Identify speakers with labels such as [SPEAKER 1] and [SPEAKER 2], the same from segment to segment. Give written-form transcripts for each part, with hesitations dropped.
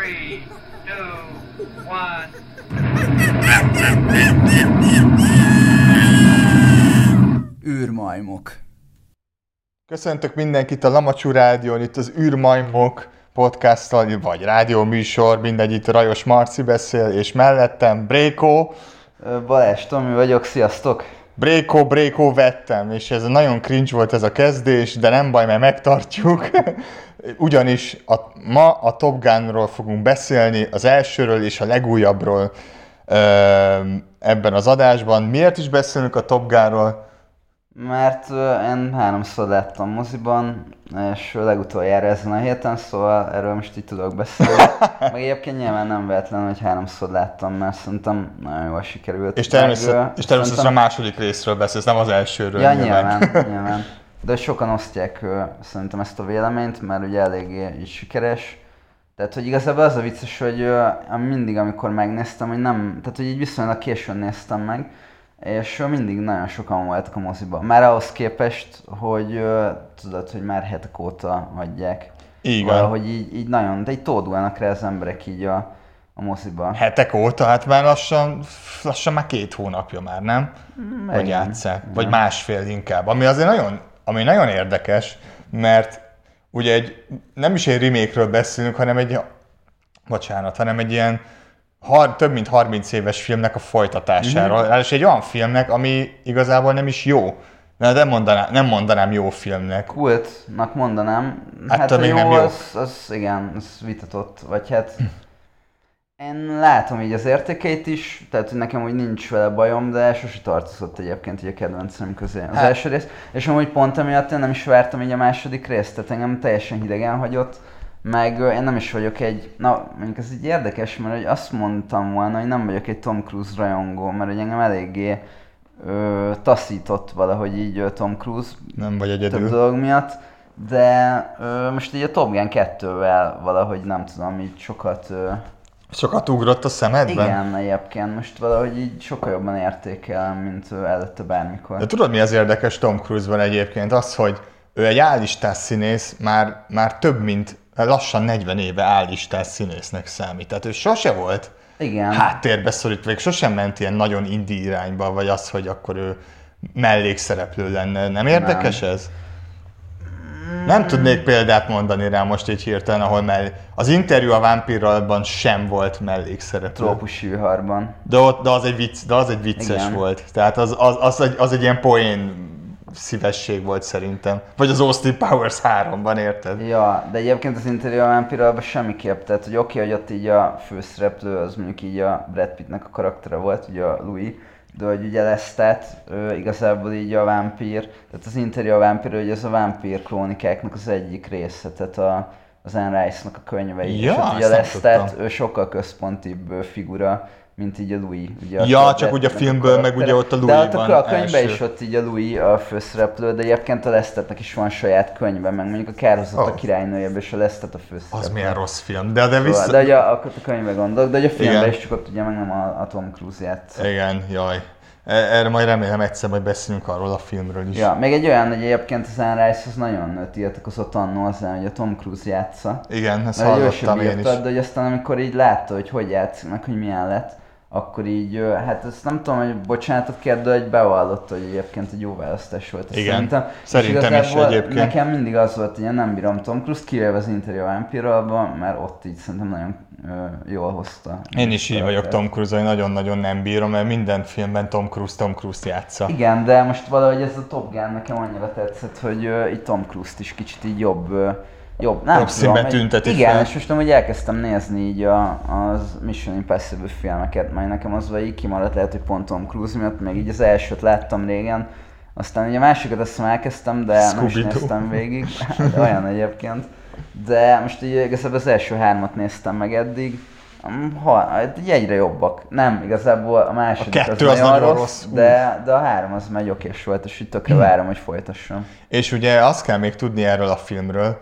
[SPEAKER 1] 3, 2, 1.
[SPEAKER 2] űrmajmok.
[SPEAKER 3] Köszöntök mindenkit a Lamacsú Rádión, itt az űrmajmok podcasttal, vagy rádióműsor, mindegy, itt Rajos Marci beszél, és mellettem Brékó.
[SPEAKER 2] Balázs Tomi vagyok, sziasztok!
[SPEAKER 3] Brékó vettem, és ez nagyon cringe volt ez a kezdés, de nem baj, mert megtartjuk. Ugyanis ma a Top Gunról fogunk beszélni, az elsőről és a legújabbról ebben az adásban. Miért is beszélünk a Top Gunról?
[SPEAKER 2] Mert én 3-szor láttam moziban, és legutoljára ezen a héten, szóval erről most így tudok beszélni. Meg egyébként nyilván nem véletlen, hogy 3-szor láttam, mert szerintem nagyon jól sikerült.
[SPEAKER 3] És természetesen a második részről beszélsz, nem az elsőről.
[SPEAKER 2] Ja, nyilván. De sokan osztják szerintem ezt a véleményt, mert ugye eléggé így sikeres. Tehát, hogy igazából az a vicces, hogy mindig, amikor megnéztem, hogy nem, tehát, hogy így viszonylag későn néztem meg, és mindig nagyon sokan voltak a moziban. Már ahhoz képest, hogy tudod, hogy már hetek óta adják.
[SPEAKER 3] Igen.
[SPEAKER 2] Valahogy így nagyon, de így tódulnak rá az emberek így a moziban.
[SPEAKER 3] Hetek óta? Hát már lassan már 2 hónapja már, nem? Vagy játsszák. Vagy másfél inkább. Ami azért nagyon érdekes, mert ugye nem is egy remake-ről beszélünk, hanem egy ilyen több mint 30 éves filmnek a folytatásáról. És egy olyan filmnek, ami igazából nem is jó. De nem mondanám jó filmnek.
[SPEAKER 2] Kultnak mondanám. Hát
[SPEAKER 3] még
[SPEAKER 2] jó,
[SPEAKER 3] nem jó.
[SPEAKER 2] Az igen, az vitatott. Vagy hát én látom így az értékeit is, tehát hogy nekem úgy nincs vele bajom, de sose tartozott egyébként így a kedvencem közé az első rész. És amúgy pont emiatt én nem is vártam így a második részt, tehát engem teljesen hidegen hagyott. Meg én nem is vagyok mondjuk ez így érdekes, mert hogy azt mondtam volna, hogy nem vagyok egy Tom Cruise rajongó, mert hogy engem eléggé taszított valahogy így Tom Cruise.
[SPEAKER 3] Nem vagy egyedül.
[SPEAKER 2] Több dolog miatt, de most így a Top Gun 2-vel valahogy nem tudom, így
[SPEAKER 3] sokat ugrott a szemedben?
[SPEAKER 2] Igen, egyébként most valahogy így sokkal jobban értékelem, mint előtte bármikor.
[SPEAKER 3] De tudod, mi az érdekes Tom Cruise-ban egyébként? Az, hogy ő egy állistás színész, már több mint lassan 40 éve állistás színésznek számít. Tehát ő sose volt háttérbe szorítva, vagy sosem ment ilyen nagyon indie irányba, vagy az, hogy akkor ő mellékszereplő lenne. Nem érdekes ez? Nem tudnék példát mondani rá most így hirtelen, ahol az Interjú a vámpírralban sem volt mellékszereplő.
[SPEAKER 2] Trópusi viharban.
[SPEAKER 3] De az egy vicces volt. Tehát az egy ilyen poén szívesség volt szerintem. Vagy az Austin Powers 3-ban, érted?
[SPEAKER 2] Ja, de egyébként az Interjú a vámpírralban semmiképp. Tehát, hogy oké, hogy ott így a főszereplő, az mondjuk így a Brad Pittnek a karaktere volt, ugye a Louis, de hogy ugye Lestat, igazából így a vámpír, tehát az Interjú a vámpír, hogy ez a vámpír krónikáknak az egyik része, tehát az Anne Rice-nak a könyvei.
[SPEAKER 3] Ja,
[SPEAKER 2] és ott ugye a Lestat, ő sokkal központibb figura, mint így a Louis. Ugye
[SPEAKER 3] csak ugye a filmből, meg ugye ott a Louis
[SPEAKER 2] van. De
[SPEAKER 3] van
[SPEAKER 2] a könyvben is ott így a Louis a főszereplő, de egyébként a Lestatnak is van saját könyve, meg mondjuk a Kárhozott a királynőjében, és a Lestat a főszereplő.
[SPEAKER 3] Az milyen rossz film, de vissza...
[SPEAKER 2] De ugye akkor a könyvbe gondolok, de ugye a filmben is csak ott ugye meg nem a Tom Cruise játszik.
[SPEAKER 3] Igen, jaj. Erre majd remélem egyszer majd beszélünk arról a filmről is.
[SPEAKER 2] Ja, még egy olyan, hogy egyébként az Anne Rice az nagyon tiltakozott annól azzal, hogy a Tom Cruise játsza.
[SPEAKER 3] Igen, ezt hallottam én is.
[SPEAKER 2] De hogy aztán amikor így látta, hogy játszik, meg hogy milyen lett, akkor így, hát ezt nem tudom, hogy bocsánatot kér, de hogy bevallotta, hogy egyébként egy jó választás volt.
[SPEAKER 3] Igen, szerintem is egyébként.
[SPEAKER 2] Nekem mindig az volt, hogy én nem bírom Tom Cruise, kivéve az Interjú a vámpírralban, mert ott így szerintem nagyon jól hozta.
[SPEAKER 3] Én is így vagyok Tom Cruise, hogy nagyon-nagyon nem bírom, mert minden filmben Tom Cruise játsza.
[SPEAKER 2] Igen, de most valahogy ez a Top Gun nekem annyira tetszett, hogy így Tom Cruise-t is kicsit így jobb
[SPEAKER 3] színben tünteti fel.
[SPEAKER 2] Igen, és most amúgy elkezdtem nézni így az Mission Impossible filmeket, majd nekem az vagy így kimaradt, lehet, hogy pont Tom Cruise miatt, meg így az elsőt láttam régen, aztán ugye a másikat azt hiszem elkezdtem, de nem is néztem végig, olyan egyébként. De most így igazából az első 3-at néztem meg eddig, egyre jobbak. Nem, igazából a második az nagyon rossz, de a 3 az már okés volt, és így tökre várom, hogy folytassam.
[SPEAKER 3] És ugye azt kell még tudni erről a filmről,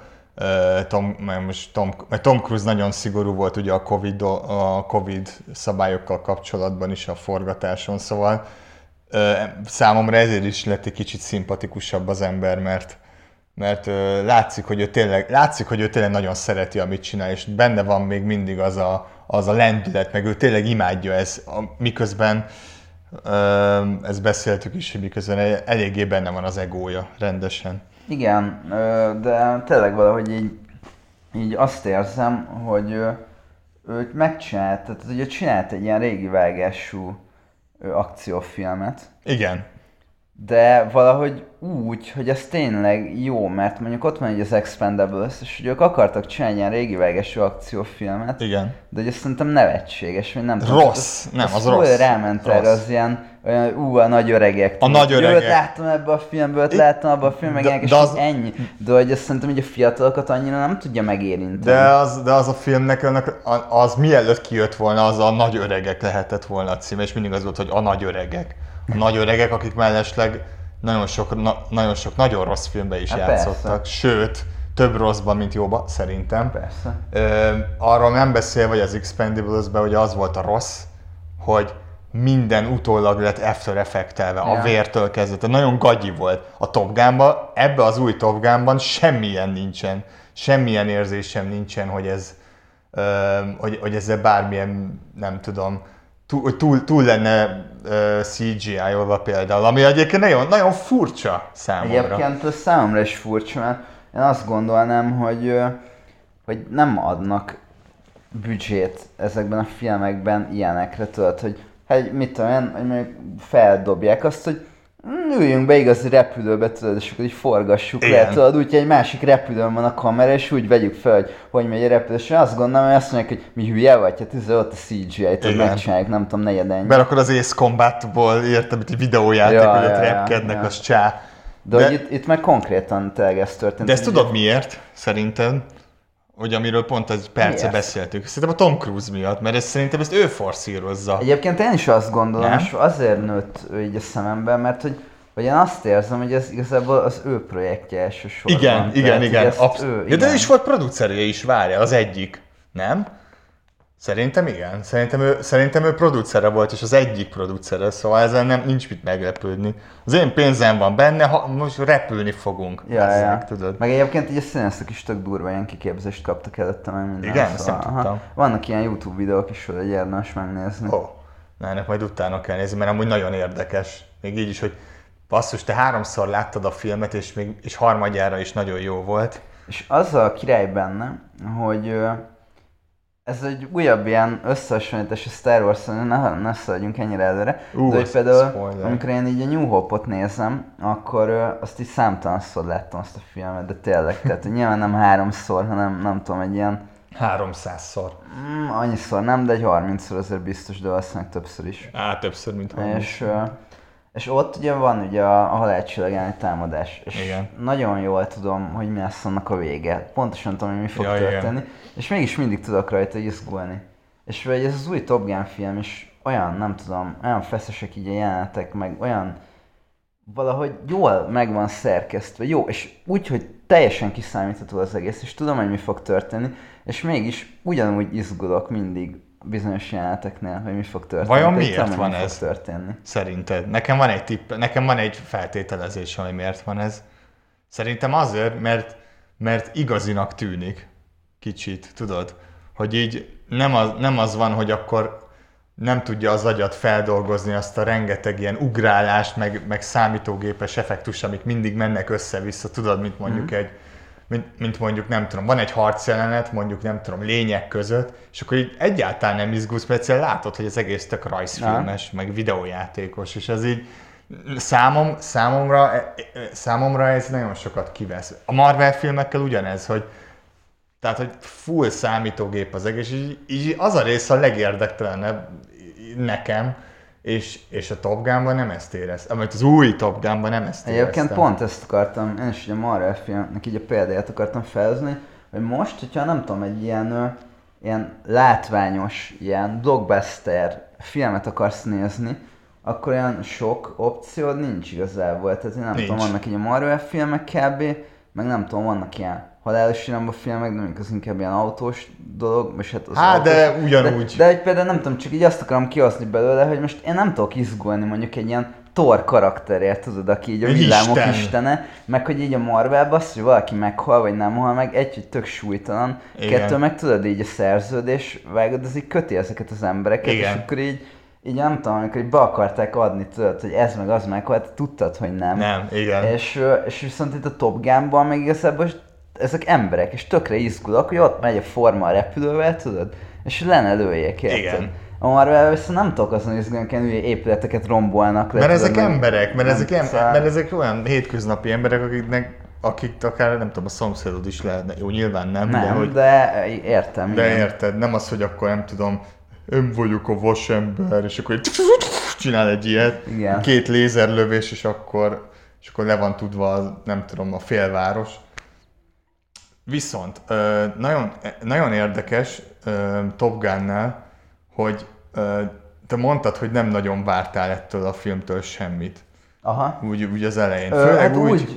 [SPEAKER 3] Tom Cruise nagyon szigorú volt ugye a Covid szabályokkal kapcsolatban is a forgatáson, szóval számomra ezért is lett egy kicsit szimpatikusabb az ember, mert mert látszik, hogy ő tényleg nagyon szereti, amit csinál, és benne van még mindig az a lendület, meg ő tényleg imádja ezt, miközben ezt beszéltük is, hogy miközben eléggé benne van az egója rendesen.
[SPEAKER 2] Igen, de tényleg valahogy így azt érzem, hogy őt megcsinált, tehát ugye csinált egy ilyen régi vágású akciófilmet.
[SPEAKER 3] Igen.
[SPEAKER 2] De valahogy úgy, hogy ez tényleg jó, mert mondjuk ott van így az Expendables, és hogy ők akartak csinálni ilyen régi vágású akciófilmet.
[SPEAKER 3] Igen.
[SPEAKER 2] De ugye szerintem nevetséges, vagy nem
[SPEAKER 3] tudom. Rossz, az rossz.
[SPEAKER 2] Ráment erre az ilyen, a nagy öregek.
[SPEAKER 3] A nagy öregek.
[SPEAKER 2] Őt láttam ebbe a filmbe, őt láttam abba a filmben, és az... ennyi. De hogy azt szerintem így a fiatalokat annyira nem tudja megérinteni.
[SPEAKER 3] De az a filmnek, az mielőtt kijött volna, az a nagy öregek lehetett volna a címe, és mindig az volt, hogy a nagy öregek. A nagy öregek, akik mellesleg nagyon sok nagyon rossz filmbe is játszottak. Persze. Sőt, több rosszban, mint jóban, szerintem.
[SPEAKER 2] Persze.
[SPEAKER 3] Arról nem beszél, vagy az Expendables-ben, hogy az volt a rossz, hogy minden utólag lett After Effect-elve, a vértől kezdve. Nagyon gagyi volt a Top Gun-ban. Ebbe az új Top Gun-ban semmilyen nincsen. Semmilyen érzésem nincsen, hogy ezzel bármilyen, nem tudom, túl lenne CGI-olva például, ami egyébként nagyon, nagyon furcsa számomra.
[SPEAKER 2] Egyébként számomra is furcsa, mert én azt gondolnám, hogy nem adnak büdzsét ezekben a filmekben ilyenekre, tudod, hogy mit tudom én, hogy mondjuk feldobják azt, hogy üljünk be igazi repülőbe, tudod, és akkor így forgassuk le, tudod, úgyhogy egy másik repülőn van a kamera, és úgy vegyük fel, hogy megy a repülő, és azt gondolom, hogy azt mondják, hogy mi hülye vagy, hát ott a CGI-t, hogy megcsináljuk, nem tudom, negyedennyi.
[SPEAKER 3] Mert akkor az Ace Combatból értem, hogy videójáték, hogy ott repkednek, az csá.
[SPEAKER 2] De itt meg konkrétan tényleg ez történt.
[SPEAKER 3] De ezt tudod miért, szerintem? Hogy amiről pont egy perce beszéltük. Szerintem a Tom Cruise miatt, mert szerintem ezt ő forszírozza.
[SPEAKER 2] Egyébként én is azt gondolom, és azért nőtt ő így a szememben, mert hogy én azt érzem, hogy ez igazából az ő projektje elsősorban.
[SPEAKER 3] Igen. De ő is volt producerje is, várja, az egyik. Nem? Szerintem igen. Szerintem ő producere volt, és az egyik producere, szóval ezen nincs mit meglepődni. Az én pénzem van benne, most repülni fogunk. Tudod.
[SPEAKER 2] Meg egyébként így a színészek is tök durva ilyen kiképzést kaptak előtte, meg minden.
[SPEAKER 3] Igen, szóval, ezt nem tudtam.
[SPEAKER 2] Vannak ilyen YouTube videók is, hogy érdemes megnézni.
[SPEAKER 3] Ennek majd utána kell nézni, mert amúgy nagyon érdekes. Még így is, hogy basszus, te 3-szor láttad a filmet, és harmadjára is nagyon jó volt.
[SPEAKER 2] És az a király benne, hogy ez egy újabb ilyen összehasonlítás a Star Wars-on, ne szaladjunk ennyire előre, de hogy például, amikor én így a New Hope-ot nézem, akkor azt így számtalanszor láttam azt a filmet, de tényleg, tehát nyilván nem 3-szor, hanem nem tudom, egy ilyen
[SPEAKER 3] 300-szor.
[SPEAKER 2] Annyiszor nem, de egy 30-szor azért biztos, de valószínűleg többször is.
[SPEAKER 3] Többször, mint 30.
[SPEAKER 2] És ott ugye van ugye a halálcsillagán támadás, és
[SPEAKER 3] igen.
[SPEAKER 2] Nagyon jól tudom, hogy mi lesz annak a vége. Pontosan tudom, hogy mi fog történni, igen. És mégis mindig tudok rajta izgulni. És vagy ez az új Top Gun film is olyan, nem tudom, olyan feszesek így a jelenetek, meg olyan valahogy jól meg van szerkesztve, jó, és úgy, hogy teljesen kiszámítható az egész, és tudom, hogy mi fog történni, és mégis ugyanúgy izgulok mindig bizonyos jeleneteknél, hogy mi fog történni.
[SPEAKER 3] Vajon miért van ez?
[SPEAKER 2] Történni.
[SPEAKER 3] Szerinted? Nekem van egy feltételezés, hogy miért van ez. Szerintem azért, mert igazinak tűnik. Kicsit, tudod? Hogy így nem az van, hogy akkor nem tudja az agyat feldolgozni azt a rengeteg ilyen ugrálást, meg számítógépes effektus, amik mindig mennek össze-vissza, tudod, mint mondjuk mint mondjuk, nem tudom, van egy harcjelenet, mondjuk, nem tudom, lények között, és akkor így egyáltalán nem izgulsz, mert egyszerűen látod, hogy az egész tök rajzfilmes, meg videójátékos, és ez így számomra ez nagyon sokat kivesz. A Marvel filmekkel ugyanez, hogy full számítógép az egész, és így az a rész a legérdektelenebb nekem, és a Top Gunban nem ezt éreztem, amit az új Top Gunban nem ezt éreztem.
[SPEAKER 2] Egyébként pont ezt akartam, én is ugye a Marvel filmnek így a példáját akartam felhozni, hogy most, hogyha nem tudom, egy ilyen látványos, ilyen blockbuster filmet akarsz nézni, akkor olyan sok opciód nincs igazából. Tehát én nem tudom, vannak így a Marvel filmek kb, meg nem tudom, vannak ilyen halálos irányba filmek, de az inkább ilyen autós dolog, és hát az autós,
[SPEAKER 3] de ugyanúgy.
[SPEAKER 2] De például nem tudom, csak így azt akarom kihozni belőle, hogy most én nem tudok izgulni mondjuk egy ilyen Thor karakterért, tudod, aki így a villámok istene, meg hogy így a Marvelban azt, hogy valaki meghal, vagy nem hal meg, hogy tök súlytalan, kettő meg tudod így a szerződés, vágod, az így köti ezeket az embereket, és akkor így nem tudom, amikor így be akarták adni, tudod, hogy ez meg az meghalt, tudtad, hogy nem.
[SPEAKER 3] Nem, igen.
[SPEAKER 2] És viszont itt a Top Gunban meg igazából ezek emberek, és tökre izgulok, hogy ott megy a forma a repülővel, tudod, és lenne lőjék, érted? Igen. A Marvel viszont nem tudok azon izgulni, hogy épületeket rombolnak le.
[SPEAKER 3] Mert ezek emberek, mert ezek olyan hétköznapi emberek, akik akár nem tudom, a szomszédod is lehetne. Jó, nyilván nem.
[SPEAKER 2] De értem.
[SPEAKER 3] De igen. Érted, nem az, hogy akkor nem tudom, én vagyok a vasember, és akkor csinál egy ilyet, igen. 2 lézerlövés, és akkor le van tudva, nem tudom, a félváros. Viszont nagyon érdekes Top Gunnál, hogy te mondtad, hogy nem nagyon vártál ettől a filmtől semmit.
[SPEAKER 2] Aha.
[SPEAKER 3] Úgy az elején.
[SPEAKER 2] Hát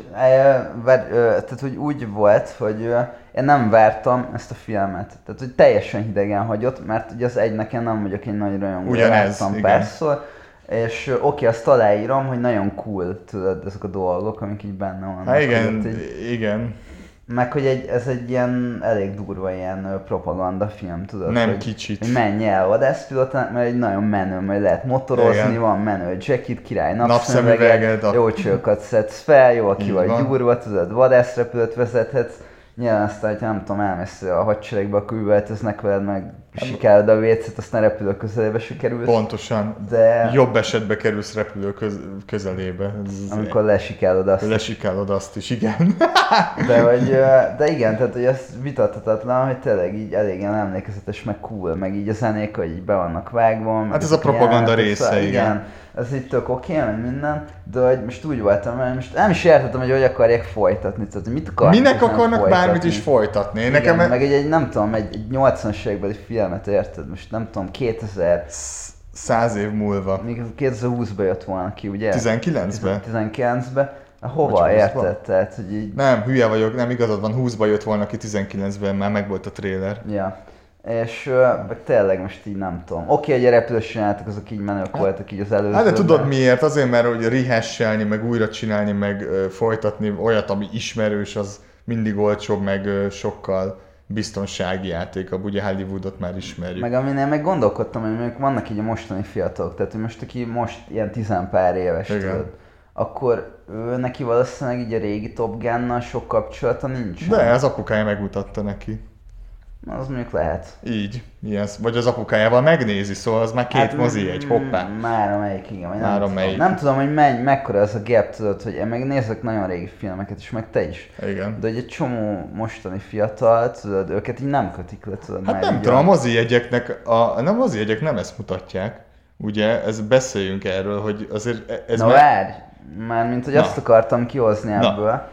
[SPEAKER 2] úgy volt, hogy én nem vártam ezt a filmet. Tehát, hogy teljesen hidegen hagyott, mert ugye az nekem nem vagyok egy nagy rajongó. Láttam párszor. És oké, azt aláírom, hogy nagyon cool, tudod, ezek a dolgok, amik így benne vannak.
[SPEAKER 3] Hát igen.
[SPEAKER 2] Meg hogy ez egy ilyen elég durva ilyen propaganda film, tudod?
[SPEAKER 3] Nem kicsit.
[SPEAKER 2] Hogy menj el vadászpilotán, mert egy nagyon menő, majd lehet motorozni, igen. Van menő jacket, király napszemüveget, jó csőkat szedsz fel, jól ki vagy gyúrva, tudod, vadászrepülőt vezethetsz. Nyilván aztán, hogyha nem tudom, elmész a hadseregbe, akkor üvöltöznek veled, meg sikálod a vécét, aztán repülő közelébe se kerülsz.
[SPEAKER 3] Pontosan. De... Jobb esetben kerülsz repülő közelébe.
[SPEAKER 2] Amikor lesikálod azt.
[SPEAKER 3] Lesikálod azt is, igen.
[SPEAKER 2] De igen, tehát hogy ez vitathatatlan, hogy tényleg így elég ilyen emlékezetes, meg cool, meg így a zenék, hogy így be vannak vágva.
[SPEAKER 3] Hát ez a propaganda része, igen.
[SPEAKER 2] Ez így tök oké, meg minden, de hogy most úgy voltam, hogy most nem is értettem, hogy akarják folytatni, tehát hogy mit akarnak.
[SPEAKER 3] Minek akarnak bármit is folytatni?
[SPEAKER 2] Igen, nekem meg egy nem tudom, egy 80-as évekbeli filmet érted, most nem tudom,
[SPEAKER 3] 100 év múlva.
[SPEAKER 2] Még 2020-ban jött volna ki, ugye?
[SPEAKER 3] 19-ben?
[SPEAKER 2] 19-ben. Hova érted? Tehát, hogy így...
[SPEAKER 3] Nem, hülye vagyok, nem igazad van, 20-ban jött volna ki, 19-ben már megvolt a trailer.
[SPEAKER 2] Ja. És meg tényleg most így nem tudom. Oké, hogy a repülős csináltak, azok így menők voltak így az előzőben.
[SPEAKER 3] Hát de tudod miért? Azért, mert hogy rehasselni, meg újra csinálni, meg folytatni olyat, ami ismerős, az mindig olcsóbb, meg sokkal biztonsági játékabb. Ugye Hollywoodot már ismerjük.
[SPEAKER 2] Meg aminél meg gondolkodtam, hogy mondjuk vannak így a mostani fiatalok, tehát hogy most aki most ilyen 10 pár éves, tudod, akkor neki valószínűleg így a régi Top Gunnal sok kapcsolata nincs.
[SPEAKER 3] De az apukája megmutatta neki.
[SPEAKER 2] Az mondjuk lehet.
[SPEAKER 3] Így, ilyen, vagy az apukájával megnézi, szóval az már 2 mozi egy, hoppá.
[SPEAKER 2] Már amelyik, igen.
[SPEAKER 3] Melyik.
[SPEAKER 2] Nem tudom, hogy mekkora ez a gap, tudod, hogy én meg nézek nagyon régi filmeket, és meg te is.
[SPEAKER 3] Igen.
[SPEAKER 2] De egy csomó mostani fiatal, tudod, őket így nem kötik le, tudod.
[SPEAKER 3] Hát nem tudom, a mozi jegyek nem ezt mutatják. Ugye, beszéljünk erről, hogy azért ez
[SPEAKER 2] várj! Mármint, hogy azt akartam kihozni ebből,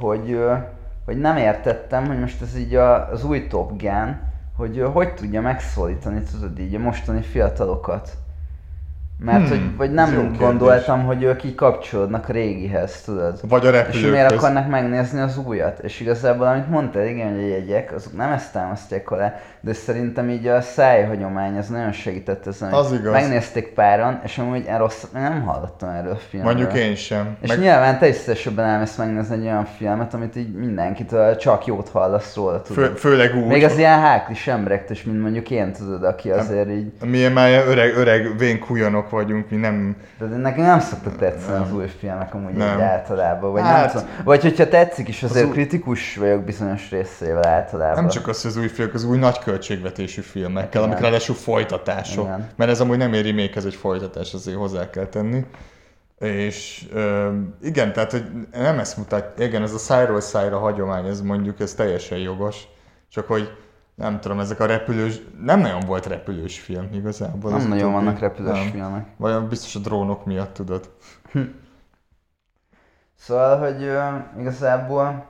[SPEAKER 2] hogy nem értettem, hogy most ez így az új Top Gun, hogy tudja megszólítani, tudod, így a mostani fiatalokat. Mert vagy nem gondoltam, hogy ők így kapcsolódnak a régihez, tudod.
[SPEAKER 3] Vagy a repülőkhöz.
[SPEAKER 2] És miért akarnak megnézni az újat? És igazából, amit mondtál, igen, hogy a jegyek, azok nem ezt támasztják alá, de szerintem így a szájhagyomány, az nagyon segített ezen.
[SPEAKER 3] Az igaz.
[SPEAKER 2] Megnézték páran, és amúgy én rosszat nem hallottam erről a filmről.
[SPEAKER 3] Mondjuk én sem.
[SPEAKER 2] És nyilván te is szívesebben elmész megnézni egy olyan filmet, amit így mindenkitől csak jót hallasz róla, tudod.
[SPEAKER 3] Főleg úgy.
[SPEAKER 2] Még az ilyen háklis emberektől is, mint mondjuk én, tudod, aki azért így...
[SPEAKER 3] Milyen már öreg vén kujonok vagyunk, mi nem...
[SPEAKER 2] De nekem nem szoktak tetszeni az új filmek amúgy így általában, vagy nem tudom. Vagy hogyha tetszik is, azért kritikus vagyok bizonyos részével általában.
[SPEAKER 3] Nem csak az új filmek, az új nagy költségvetésű filmekkel, amik ráadásul folytatások. Igen. Mert ez amúgy nem éri még, ez egy folytatás, azért hozzá kell tenni. És igen, tehát hogy nem ezt mutat, igen, ez a szájról szájra hagyomány, ez mondjuk, ez teljesen jogos. Csak hogy nem tudom, ezek a repülős, nem nagyon volt repülős film igazából.
[SPEAKER 2] Nem nagyon vannak repülős filmek.
[SPEAKER 3] Vagy biztos a drónok miatt, tudod.
[SPEAKER 2] Szóval, hogy igazából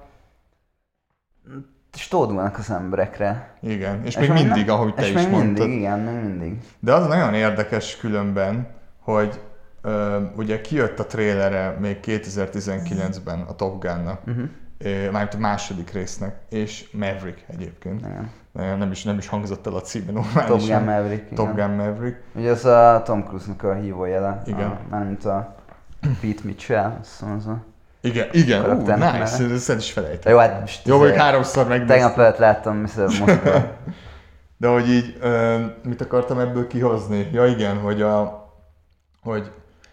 [SPEAKER 2] stódulnak az emberekre.
[SPEAKER 3] Igen, és még mindig, ahogy te is mondtad.
[SPEAKER 2] És még mindig, igen, még mindig.
[SPEAKER 3] De az nagyon érdekes különben, hogy ugye kijött a trailere még 2019-ben a Top Gunnak, mármint a második résznek, és Maverick egyébként. Igen. Nem is hangzott el a címe normálisan.
[SPEAKER 2] Top Gun Maverick.
[SPEAKER 3] Top Gun Maverick.
[SPEAKER 2] Ugye ez a Tom Cruise-nak a hívójele.
[SPEAKER 3] Igen.
[SPEAKER 2] Mármint a Pete Mitchell, szóval az a
[SPEAKER 3] Igen, nice, ezt is felejtem.
[SPEAKER 2] Jó, hát most
[SPEAKER 3] jó, hogy 3-szor megnéztem.
[SPEAKER 2] Tegnap előtt láttam moziban.
[SPEAKER 3] De hogy így, mit akartam ebből kihozni? Ja igen, hogy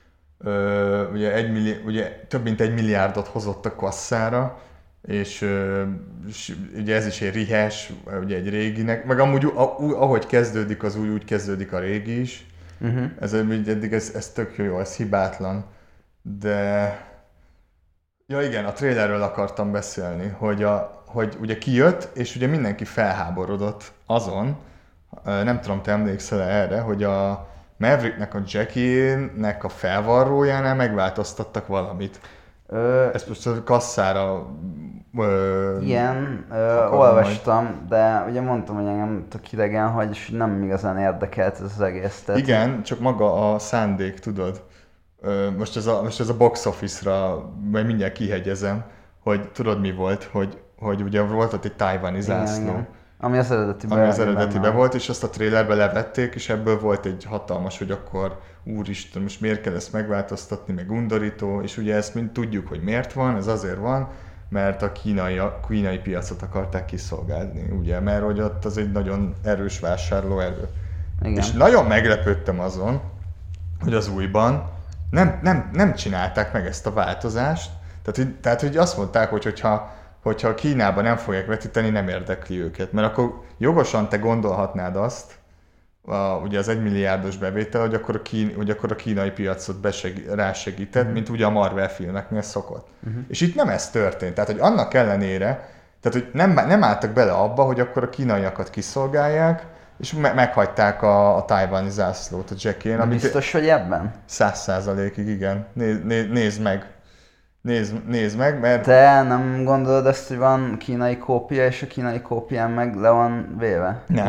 [SPEAKER 3] ugye több mint 1 milliárdot hozott a kasszára, és ugye ez is egy rihes, ugye egy réginek, meg amúgy ahogy kezdődik az új, úgy kezdődik a régi is. Eddig ez tök jó, ez hibátlan. De ja igen, a trailerről akartam beszélni, hogy ugye kijött, és ugye mindenki felháborodott azon, nem tudom, te emlékszel erre, hogy a Mavericknek, a Jackie-nek a felvarrójánál megváltoztattak valamit. Ezt most a kasszára...
[SPEAKER 2] Igen, olvastam, majd. De ugye mondtam, hogy engem tök idegen, hogy nem igazán érdekelt ez az egész. Tehát...
[SPEAKER 3] Igen, csak maga a szándék, tudod. Most ez a box office-ra majd mindjárt kihegyezem, hogy tudod mi volt, hogy ugye volt ott egy tájvani zászló. Igen.
[SPEAKER 2] Ami az eredetiben
[SPEAKER 3] volt, és azt a trailerbe levették, és ebből volt egy hatalmas, hogy akkor úristen, most miért kell ezt megváltoztatni, meg undorító, és ugye ezt mind tudjuk, hogy miért van, ez azért van, mert a kínai piacot akarták kiszolgálni, ugye, mert hogy ott az egy nagyon erős vásárlóerő. Igen. És nagyon meglepődtem azon, hogy az újban nem csinálták meg ezt a változást, tehát hogy azt mondták, hogyha Kínában nem fogják vetíteni, nem érdekli őket. Mert akkor jogosan te gondolhatnád azt, ugye az 1 milliárdos bevétel, hogy akkor a kínai piacot rásegíted, mint ugye a Marvel filmeknél szokott. És itt nem ez történt. Tehát, hogy annak ellenére, tehát, hogy nem álltak bele abba, hogy akkor a kínaiakat kiszolgálják, és meghagyták a tájvani zászlót a Jackie-n.
[SPEAKER 2] Biztos, hogy ebben?
[SPEAKER 3] 100%-ig, igen. Nézd meg. Nézd meg, mert...
[SPEAKER 2] Te nem gondolod azt, hogy van kínai kópia, és a kínai kópián meg le van véve?
[SPEAKER 3] Nem,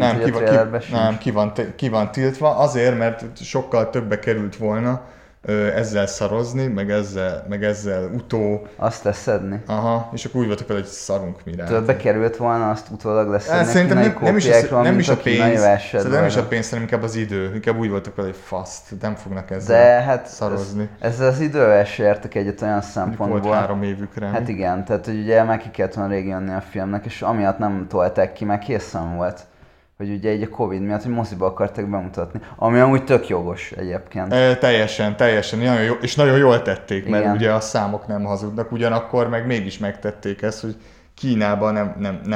[SPEAKER 3] ki van tiltva, azért, mert sokkal többe került volna ezzel szarozni, meg ezzel
[SPEAKER 2] Azt leszedni?
[SPEAKER 3] Aha, és akkor úgy voltak vele, hogy szarunk mi rá.
[SPEAKER 2] Többe került volna azt utólag leszedni szerintem a kínai kópiákról,
[SPEAKER 3] nem is a pénz, nem is a pénz, hanem inkább az idő. Inkább úgy voltak vele, hogy faszt, nem fognak ezzel szarozni.
[SPEAKER 2] Ezzel az idővel se értek egyet olyan szempontból.
[SPEAKER 3] Volt 3 évük rá.
[SPEAKER 2] Hát igen, tehát hogy ugye már ki kellett volna rég jönni a filmnek, és amiatt nem tolták ki, már készen volt. Hogy ugye egy a Covid miatt, hogy moziba akarták bemutatni. Ami amúgy tök jogos egyébként.
[SPEAKER 3] Teljesen. Nagyon jó, és nagyon jól tették, mert igen. Ugye a számok nem hazudnak, ugyanakkor meg mégis megtették ezt, hogy Kínában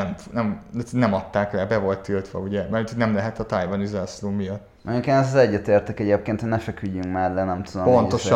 [SPEAKER 3] nem adták le, be volt tiltva, ugye, mert nem lehet a tájvani zászló miatt.
[SPEAKER 2] Mondjuk én ezzel egyetértek egyébként, hogy ne feküdjünk már le, nem tudom.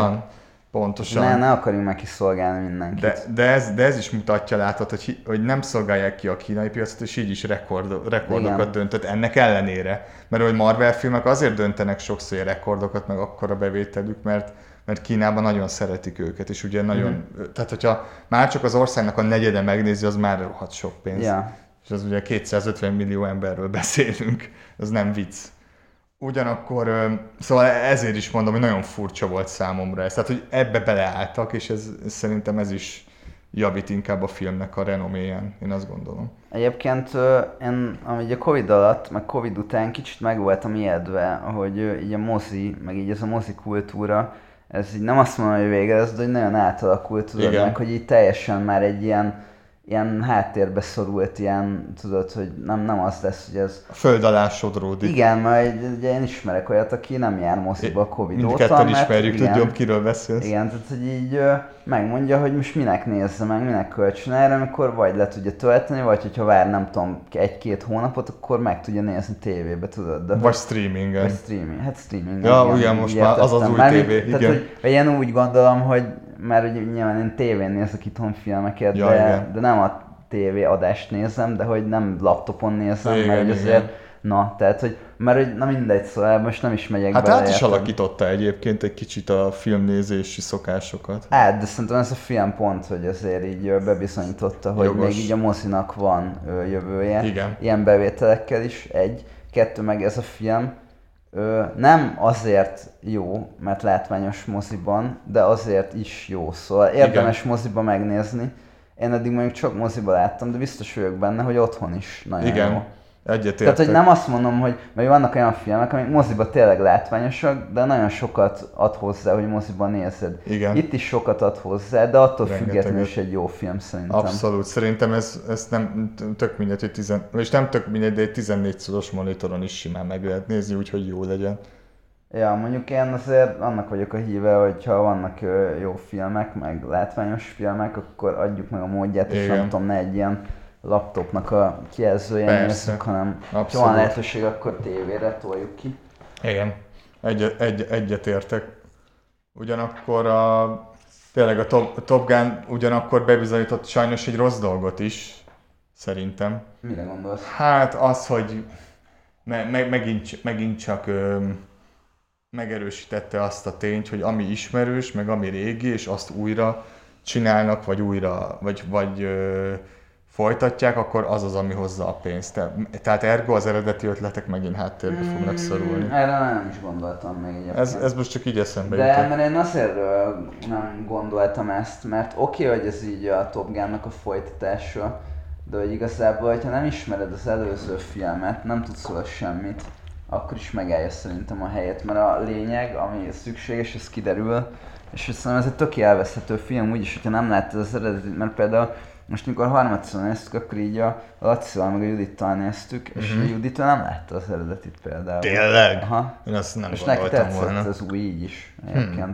[SPEAKER 3] Pontosan.
[SPEAKER 2] Ne akarjunk meg kiszolgálni mindenkit.
[SPEAKER 3] De ez is mutatja, látod, hogy nem szolgálják ki a kínai piacot, és így is rekordokat döntött ennek ellenére. Mert hogy Marvel filmek azért döntenek sokszor rekordokat, meg akkora bevételük, mert Kínában nagyon szeretik őket, és ugye nagyon... Tehát, hogyha már csak az országnak a negyede megnézi, az már rohadt sok pénz.
[SPEAKER 2] Ja.
[SPEAKER 3] És az ugye 250 millió emberről beszélünk, az nem vicc. Ugyanakkor, szóval ezért is mondom, hogy nagyon furcsa volt számomra ez. Tehát, hogy ebbe beleálltak, és szerintem ez is javít inkább a filmnek a renoméján, én azt gondolom.
[SPEAKER 2] Egyébként én amíg a Covid alatt, meg Covid után kicsit meg voltam ijedve, hogy így a mozi, meg így ez a mozi kultúra, ez így nem azt mondom, hogy vége lesz, de hogy nagyon átalakult, tudod, meg, hogy így teljesen már egy ilyen háttérbe szorult, ilyen, tudod, hogy nem az lesz, hogy ez...
[SPEAKER 3] A föld alá sodródik.
[SPEAKER 2] Igen, mert ugye én ismerek olyat, aki nem jár moziba a Covid óta.
[SPEAKER 3] Mindketten ismerjük, tudjuk, kiről beszélsz.
[SPEAKER 2] Igen, tehát hogy így megmondja, hogy most minek nézze meg, minek költsön erre, amikor vagy le tudja tölteni, vagy hogyha vár, nem tudom, 1-2 hónapot, akkor meg tudja nézni tévébe, tudod. De
[SPEAKER 3] vagy streamingen.
[SPEAKER 2] Vagy streamingen.
[SPEAKER 3] Ja, igen, most már az az új tévé, igen.
[SPEAKER 2] Tehát, hogy én úgy gondolom, hogy mert ugye nyilván én tévén nézek itthon filmeket, de nem a tévé adást nézem, de hogy nem laptopon nézem, igen, mert azért, tehát hogy, mert hogy na mindegy, szóval most nem is megyek bele.
[SPEAKER 3] Hát át is alakította egyébként egy kicsit a filmnézési szokásokat.
[SPEAKER 2] De szerintem ez a film pont, hogy azért így bebizonyította, hogy jogos. Még így a mozinak van jövője.
[SPEAKER 3] Igen.
[SPEAKER 2] Ilyen bevételekkel is, 1. 2 meg ez a film. Nem azért jó, mert látványos moziban, de azért is jó, szóval érdemes igen. Moziba megnézni. Én eddig mondjuk csak moziba láttam, de biztos vagyok benne, hogy otthon is nagyon
[SPEAKER 3] igen.
[SPEAKER 2] jó. Tehát, hogy nem azt mondom, hogy mert vannak olyan filmek, amik moziban tényleg látványosak, de nagyon sokat ad hozzá, hogy moziban nézed.
[SPEAKER 3] Igen.
[SPEAKER 2] Itt is sokat ad hozzá, de attól függetlenül is egy jó film szerintem.
[SPEAKER 3] Abszolút. Szerintem ez nem tök mindegy, hogy és nem tök mindegy, de egy 14 szoros monitoron is simán meg lehet nézni, úgyhogy jó legyen.
[SPEAKER 2] Ja, mondjuk én azért annak vagyok a híve, hogyha vannak jó filmek, meg látványos filmek, akkor adjuk meg a módját, és nem tudom, ne egy ilyen laptopnak a kijelzőjén nézzük, hanem ha van lehetőség, akkor tévére toljuk ki.
[SPEAKER 3] Igen, egyet értek. Ugyanakkor tényleg a Top Gun ugyanakkor bebizonyított sajnos egy rossz dolgot is, szerintem.
[SPEAKER 2] Mire gondolsz?
[SPEAKER 3] Hát az, hogy megint csak megerősítette azt a tényt, hogy ami ismerős, meg ami régi, és azt újra csinálnak, vagy folytatják, akkor az az, ami hozza a pénzt. Tehát ergo az eredeti ötletek megint háttérbe fognak szorulni.
[SPEAKER 2] Erre nem is gondoltam még egyébként.
[SPEAKER 3] Ez most csak így eszembe
[SPEAKER 2] jutott.
[SPEAKER 3] jutott.
[SPEAKER 2] Mert én azért nem gondoltam ezt, mert oké, hogy ez így a Top Gun-nak a folytatása, de hogy igazából, hogyha nem ismered az előző filmet, nem tudsz róla semmit, akkor is megállja szerintem a helyet, mert a lényeg, ami szükséges, ez kiderül, és szerintem ez egy tök elveszhető film, úgyis, hogyha nem láttad az eredetit, mert például most amikor harmadszor néztük, akkor így a Lacival meg a Judittal néztük, és a Judittal nem látta az eredetit például.
[SPEAKER 3] Tényleg?
[SPEAKER 2] Aha.
[SPEAKER 3] Én azt nem
[SPEAKER 2] és
[SPEAKER 3] gondoltam volna. És
[SPEAKER 2] neki tetszett az új így is egyébként.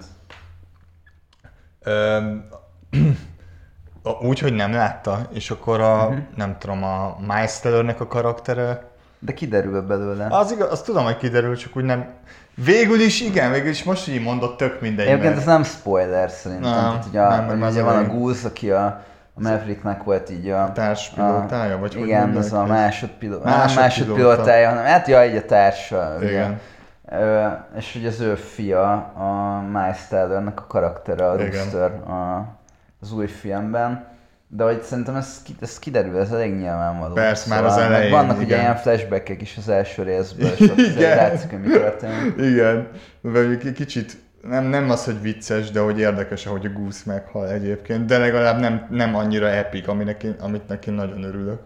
[SPEAKER 3] Úgy, hogy nem látta, és akkor nem tudom, a Miles Tellernek a karaktere...
[SPEAKER 2] De kiderül belőle.
[SPEAKER 3] Az igaz, azt tudom, hogy kiderül, csak úgy nem... Végül is most, hogy így mondott, tök mindegy.
[SPEAKER 2] Egyébként ez nem spoiler szerintem.
[SPEAKER 3] Nem,
[SPEAKER 2] ugye van a Goose, aki a Mavericknek volt így a
[SPEAKER 3] társpilótája, vagy hogy
[SPEAKER 2] igen, az a másodpilótája, hanem hát így a társa.
[SPEAKER 3] Igen.
[SPEAKER 2] És hogy az ő fia, a Miles Tellernek a karaktere, a Rooster az új filmben. De hogy szerintem ez kiderül, ez elég nyilvánvaló.
[SPEAKER 3] Persze, már az elején.
[SPEAKER 2] Vannak ugye ilyen flashbackek is az első részből, és ott látszik, hogy mi történik.
[SPEAKER 3] Igen, mert kicsit nem az, hogy vicces, de hogy érdekes, ahogy a Goose meghal egyébként, de legalább nem annyira epic, amit neki nagyon örülök.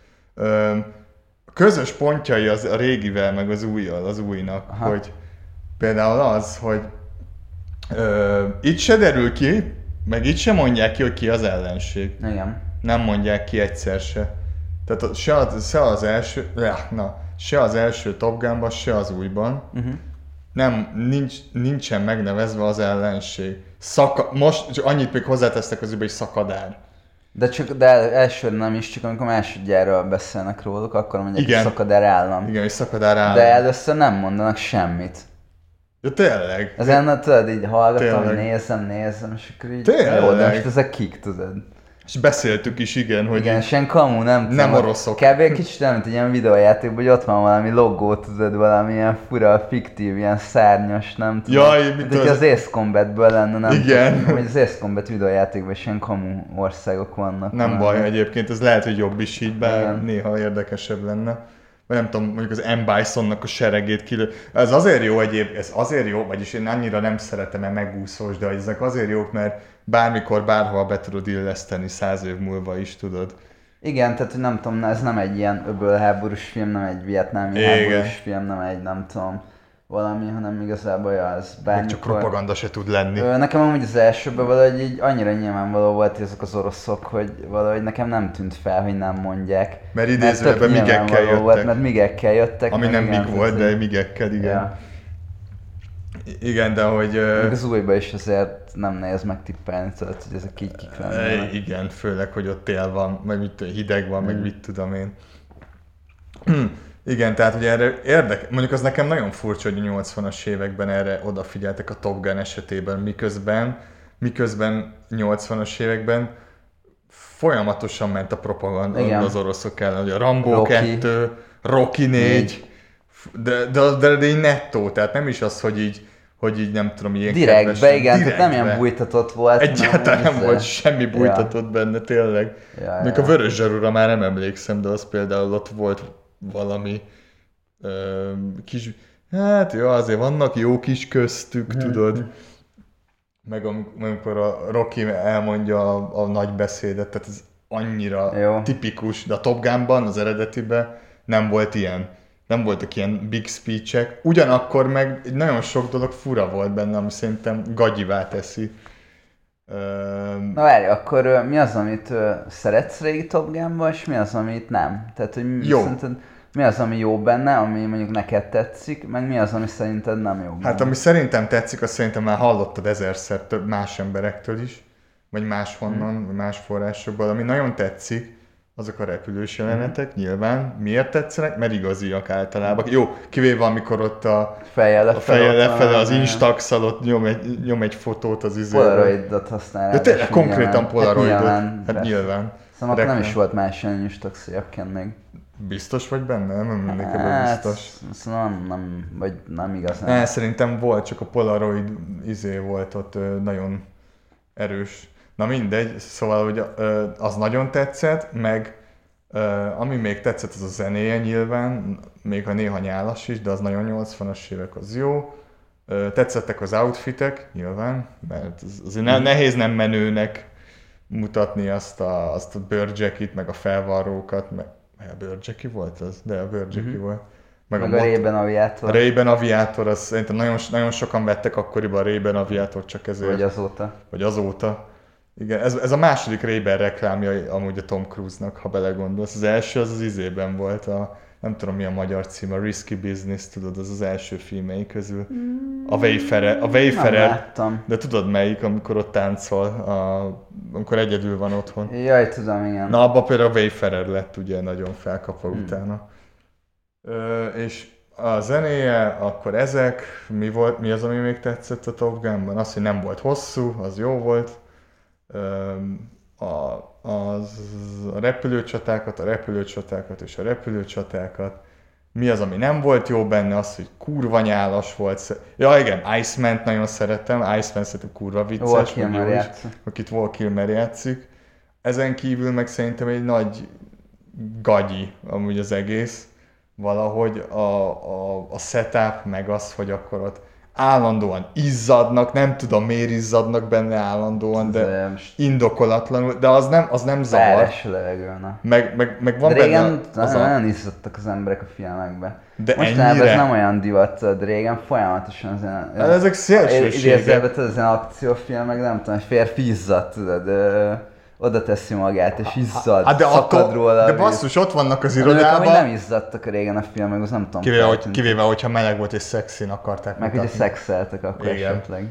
[SPEAKER 3] A közös pontjai a régivel, meg az újnak, hogy például az, hogy itt se derül ki, meg itt sem mondják ki, hogy ki az ellenség.
[SPEAKER 2] Igen.
[SPEAKER 3] Nem mondják ki egyszer se. Tehát se az első Top Gunban, se az újban nincsen megnevezve az ellenség. Most csak annyit még hozzátesztek az hogy szakadár.
[SPEAKER 2] De elsőre nem is, csak amikor másodjára beszélnek róluk, akkor mondják, hogy szakadár állam.
[SPEAKER 3] Igen, hogy szakadár állam.
[SPEAKER 2] De először nem mondanak semmit.
[SPEAKER 3] Ja, tényleg?
[SPEAKER 2] Ezen tudod, így hallgatom, nézem, és akkor így jó, de most ezek kik, tudod?
[SPEAKER 3] És beszéltük is, igen, hogy...
[SPEAKER 2] Igen, sen kamu,
[SPEAKER 3] nem oroszok.
[SPEAKER 2] Kb. Kicsit nem, mint egy ilyen videójátékban, hogy ott van valami logó, tudod, valamilyen fura, fiktív, ilyen szárnyas, nem tudom.
[SPEAKER 3] Jaj,
[SPEAKER 2] mint hogy az Ace Combatből lenne, nem
[SPEAKER 3] igen.
[SPEAKER 2] tudom, hogy az Ace Combat videójátékban is ilyen kamu országok vannak.
[SPEAKER 3] Nem baj egyébként, ez lehet, hogy jobb is így, bár igen. Néha érdekesebb lenne. Vagy nem tudom, mondjuk az M. Bisonnak a seregét kilő. Ez azért jó, vagyis én annyira nem szeretem megúszós, de ezek azért jók, mert bármikor, bárhol be tudod illeszteni 100 év múlva is, tudod.
[SPEAKER 2] Igen, tehát nem tudom, ez nem egy ilyen öbölháborús film, nem egy vietnámi háborús film, nem egy, nem tudom, valami, hanem igazából az bármikor...
[SPEAKER 3] Csak propaganda se tud lenni.
[SPEAKER 2] Nekem amúgy az elsőben valahogy így annyira nyilvánvaló volt, hogy azok az oroszok, hogy valahogy nekem nem tűnt fel, hogy nem mondják.
[SPEAKER 3] Mert idézőben migekkel jöttek. Volt,
[SPEAKER 2] mert migekkel jöttek.
[SPEAKER 3] Ami nem mig volt, de migekkel, igen. Ja. Igen, de hogy...
[SPEAKER 2] Még az újban is azért nem nehéz megtippelni, tudod, hogy ezek így kik lennének.
[SPEAKER 3] Igen, főleg, hogy ott tél van, meg hideg van, meg mit tudom én. Igen, tehát ugye erre mondjuk az nekem nagyon furcsa, hogy a 80-as években erre odafigyeltek a Top Gun esetében, miközben 80-as években folyamatosan ment a propaganda az oroszok ellen, hogy a Rambo 2, Rocky 4, de így nettó, tehát nem is az, hogy így nem tudom, ilyen
[SPEAKER 2] direktbe, igen, tehát nem ilyen bújtatott volt.
[SPEAKER 3] Egyáltalán nem volt semmi bújtatott benne, tényleg. Még a Vörös Zsarúra már nem emlékszem, de az például ott volt valami kis... Hát jó, azért vannak jó kis köztük, tudod. Meg amikor a Rocky elmondja a nagy beszédet, tehát ez annyira tipikus, de a Top Gunban, az eredetiben nem volt ilyen. Nem voltak ilyen big speech-ek. Ugyanakkor meg nagyon sok dolog fura volt benne, ami szerintem gagyivá teszi.
[SPEAKER 2] Na várj, akkor mi az, amit szeretsz régi Top Gun-ban, és mi az, amit nem? Tehát, hogy szerinted mi az, ami jó benne, ami mondjuk neked tetszik, meg mi az, ami szerinted nem jó benne?
[SPEAKER 3] Hát ami szerintem tetszik, azt szerintem már hallottad ezerszer több más emberektől is, vagy máshonnan, vagy más forrásokból. Ami nagyon tetszik, azok a repülős jelenetek, nyilván. Miért tetszenek? Mert igaziak általában. Jó, kivéve amikor ott a fejjel lefele az Instax alatt nyom egy fotót az izéről.
[SPEAKER 2] Polaroidot használ.
[SPEAKER 3] De tényleg konkrétan Polaroidot. Hát nyilván.
[SPEAKER 2] Szóval akkor nem is volt más ilyen Instax egyébként még.
[SPEAKER 3] Biztos vagy benne? Nem emlékszem ebben biztos.
[SPEAKER 2] Szóval nem igazán.
[SPEAKER 3] Szerintem volt, csak a Polaroid volt ott nagyon erős. Na mindegy, szóval hogy az nagyon tetszett, meg ami még tetszett, az a zenéje nyilván, még ha néha nyálas is, de az nagyon 80-as évek, az jó. Tetszettek az outfitek nyilván, mert azért nehéz nem menőnek mutatni azt a bőrjackit, meg a felvarrókat, meg a bőrjacki volt az? De a bőrjacki volt.
[SPEAKER 2] Meg a Ray-Ban Aviator.
[SPEAKER 3] A Ray-Ban Aviator, az szerintem nagyon sokan vettek akkoriban a Ray-Ban Aviator csak ezért. Vagy azóta. Igen, ez a második Ray-Ban reklámja amúgy a Tom Cruise-nak, ha belegondolsz. Az első az izében volt, nem tudom mi a magyar cím, a Risky Business, tudod, az első filmei közül. A Wayfarer, de tudod melyik, amikor ott táncol, amikor egyedül van otthon.
[SPEAKER 2] Jaj, tudom, igen.
[SPEAKER 3] Na, abban például a Wayfarer lett ugye nagyon felkapva utána. És a zenéje, akkor ezek, mi az, ami még tetszett a Top Gun-ban? Az, hogy nem volt hosszú, az jó volt. A repülőcsatákat és a repülőcsatákat. Mi az, ami nem volt jó benne? Az, hogy kurva nyálas volt. Ja igen, Iceman-t nagyon szerettem. Iceman szerintem kurva vicces. Akit Val Kilmer játszik. Ezen kívül meg szerintem egy nagy gagyi amúgy az egész. Valahogy a setup, meg az, hogy akkor ott állandóan izzadnak, nem tudom miért izzadnak benne állandóan, de indokolatlanul, de az nem zavar.
[SPEAKER 2] Város levegőn.
[SPEAKER 3] Meg van
[SPEAKER 2] de régen nagyon izzadtak az emberek a filmekbe.
[SPEAKER 3] De
[SPEAKER 2] mostanában ez nem olyan divat, de régen folyamatosan az
[SPEAKER 3] ezek szélsőségek.
[SPEAKER 2] Idézőben az ilyen akciófilmek, nem tudom, férfi izzadt, tudod, oda teszi magát és izzad, szakad róla.
[SPEAKER 3] De basszus, ott vannak az irodában.
[SPEAKER 2] Amik nem izzadtak régen a filmek, az nem tudom.
[SPEAKER 3] Kivéve, hogyha meleg volt és szexin akarták
[SPEAKER 2] meg mutatni. Ugye szexeltek akkor esetleg.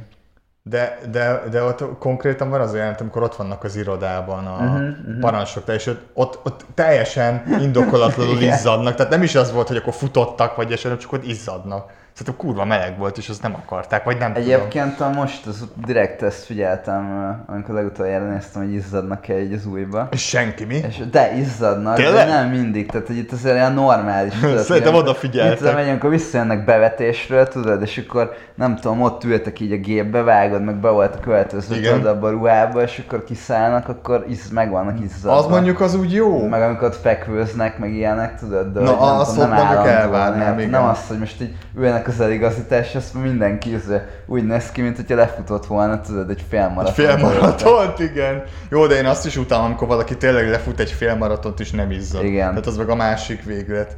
[SPEAKER 3] De ott konkrétan van az olyan, amikor ott vannak az irodában a parancsok, és ott teljesen indokolatlanul izzadnak. Tehát nem is az volt, hogy akkor futottak, vagy esetleg csak ott izzadnak. Szerintem kurva meleg volt, és azt nem akarták, vagy nem
[SPEAKER 2] Egyébként
[SPEAKER 3] tudom.
[SPEAKER 2] Most direkt ezt figyeltem, amikor legutoljára néztem, hogy izzadnak-e így az újba.
[SPEAKER 3] És senki mi?
[SPEAKER 2] De izzadnak, de nem mindig, tehát hogy itt azért olyan normális.
[SPEAKER 3] Szerintem odafigyeltek.
[SPEAKER 2] Itt megy, amikor visszajönnek bevetésről, tudod, és akkor nem tudom, ott ültek így a gépbe, vágod, meg be volt a költöző, tudod, abba a ruhába, és akkor kiszállnak, akkor meg vannak izzadva.
[SPEAKER 3] Az mondjuk az úgy jó.
[SPEAKER 2] Meg amikor ott fekvőznek, meg ilyenek, tudod, de
[SPEAKER 3] na, azt nem állandóan.
[SPEAKER 2] Nem azt, hogy most így ülnek az eligazítás, azt mindenki úgy néz ki, mint hogyha lefutott volna, tudod, egy félmaratont.
[SPEAKER 3] Egy félmaratont, igen. Jó, de én azt is utálom, amikor valaki tényleg lefut egy félmaratont és nem izzad.
[SPEAKER 2] Igen.
[SPEAKER 3] Tehát az meg a másik véglet.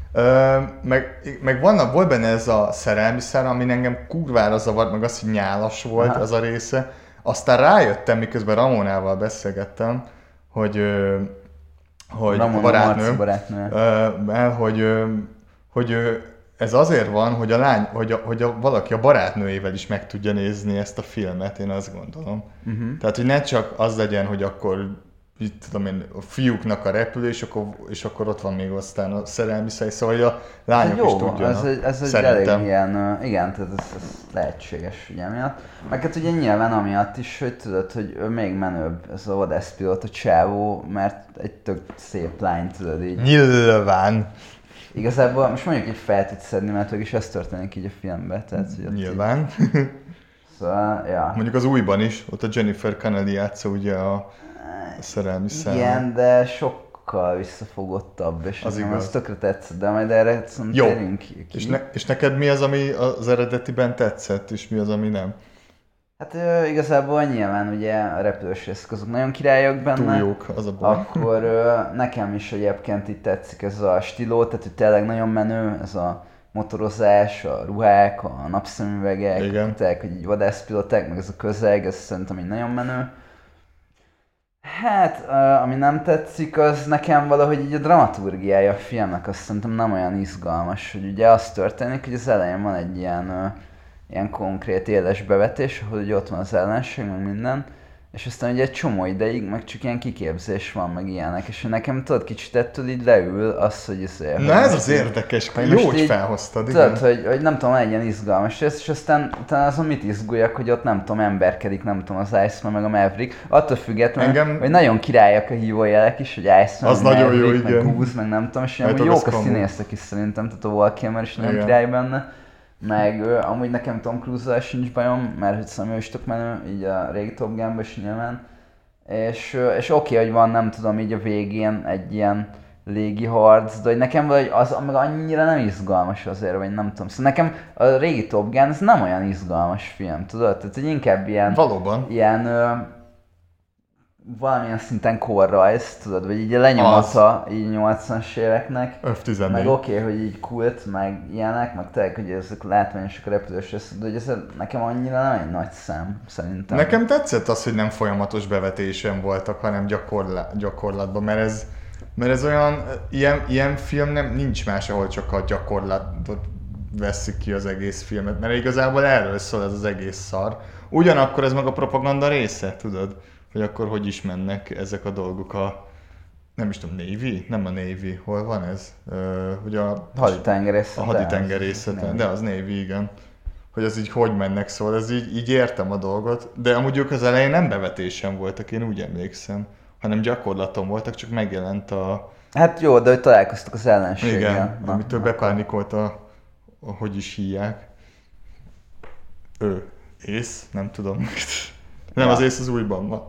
[SPEAKER 3] Meg volt benne ez a szerelmi szál, ami engem kurvára zavart, meg az, hogy nyálas volt az a része. Aztán rájöttem, miközben Ramonával beszélgettem, hogy a barátnőm, hogy ez azért van, hogy a lány, hogy valaki a barátnőjével is meg tudja nézni ezt a filmet, én azt gondolom. Tehát, hogy ne csak az legyen, hogy akkor itt tudom én, a fiúknak a repülő, és akkor ott van még aztán a szerelmi szej, szóval a lányok is tudjanak.
[SPEAKER 2] Ez egy elég ilyen, igen, tehát ez lehetséges ugye miatt. Meg hát ugye nyilván amiatt is, hogy tudod, hogy még menőbb ez a vadászpilóta csávó, mert egy tök szép lány, tudod így.
[SPEAKER 3] Nyilván.
[SPEAKER 2] Igazából most mondjuk így fel tud szedni, mert is ez történik így a filmben. Tehát,
[SPEAKER 3] nyilván.
[SPEAKER 2] Szóval, ja.
[SPEAKER 3] Mondjuk az újban is, ott a Jennifer Connelly játsza ugye a szerelmi szám.
[SPEAKER 2] Igen, de sokkal visszafogottabb, és az tökre tetszett, de majd erre térjünk ki.
[SPEAKER 3] És neked mi az, ami az eredetiben tetszett, és mi az, ami nem?
[SPEAKER 2] Hát igazából nyilván ugye a repülős részek azok nagyon királyok benne.
[SPEAKER 3] Túl jók, az a baj.
[SPEAKER 2] Akkor nekem is egyébként itt tetszik ez a stíló, tehát hogy tényleg nagyon menő, ez a motorozás, a ruhák, a napszemüvegek, tényleg, hogy így vadászpiloták, meg ez a közeg, ez szerintem így nagyon menő. Hát, ami nem tetszik, az nekem valahogy így a dramaturgiája a filmnek, azt szerintem nem olyan izgalmas, hogy ugye az történik, hogy az elején van egy ilyen konkrét éles bevetés, ahol ugye ott van az ellenség, meg minden, és aztán ugye egy csomó ideig meg csak ilyen kiképzés van, meg ilyenek, és nekem tudod, kicsit ettől így leül az, hogy
[SPEAKER 3] Na ez az érdekes, jó, hogy felhoztad,
[SPEAKER 2] igen. Tudod, hogy nem tudom, legyen izgalmas rész, és aztán utána azon mit izguljak, hogy ott nem tudom, emberkedik, nem tudom, az Iceman meg a Maverick, attól függetlenül, hogy nagyon királyak a hívójelek is, hogy Iceman,
[SPEAKER 3] az
[SPEAKER 2] meg
[SPEAKER 3] nagyon
[SPEAKER 2] Maverick,
[SPEAKER 3] jó,
[SPEAKER 2] meg Goose, meg nem tudom, és ilyen jók a színészek is szerintem, tehát a Val Kilmer is nagyon király benne. Meg amúgy nekem Tom Cruise-zal sincs bajom, mert hogy szerintem ő is tök menő, így a régi Top Gun-ban is nyilván. És oké, hogy van, nem tudom, így a végén egy ilyen légi harc, de hogy nekem valahogy az meg annyira nem izgalmas azért, vagy nem tudom. Szóval nekem a régi Top Gun ez nem olyan izgalmas film, tudod? Tehát hogy inkább ilyen...
[SPEAKER 3] Valóban.
[SPEAKER 2] Ilyen... valamilyen szinten korrajz, tudod, vagy így a lenyomata így 80-as éveknek.
[SPEAKER 3] F14.
[SPEAKER 2] Meg oké, hogy így kult, meg ilyenek, meg tényleg, hogy ezek látványosak a repülős részek, de hogy ez nekem annyira nem egy nagy szám, szerintem.
[SPEAKER 3] Nekem tetszett az, hogy nem folyamatos bevetésen voltak, hanem gyakorlatban, mert ez olyan, ilyen film nincs más, ahol csak a gyakorlatot veszik ki az egész filmet, mert igazából erről szól ez az egész szar. Ugyanakkor ez meg a propaganda része, tudod? Hogy akkor hogy is mennek ezek a dolgok nem is tudom, Navy? Nem a Navy, hol van ez? Hogy a haditengerészeten, de az Navy, igen. Hogy az így hogy mennek, szóval ez így értem a dolgot, de amúgy ők az elején nem bevetésen voltak, én úgy emlékszem, hanem gyakorlaton voltak, csak megjelent a...
[SPEAKER 2] Hát jó, de hogy találkoztak az ellenséggel.
[SPEAKER 3] Igen, amitől bepánikolt hogy is hívják. Ész, nem tudom. Nem, az Ész az újban van.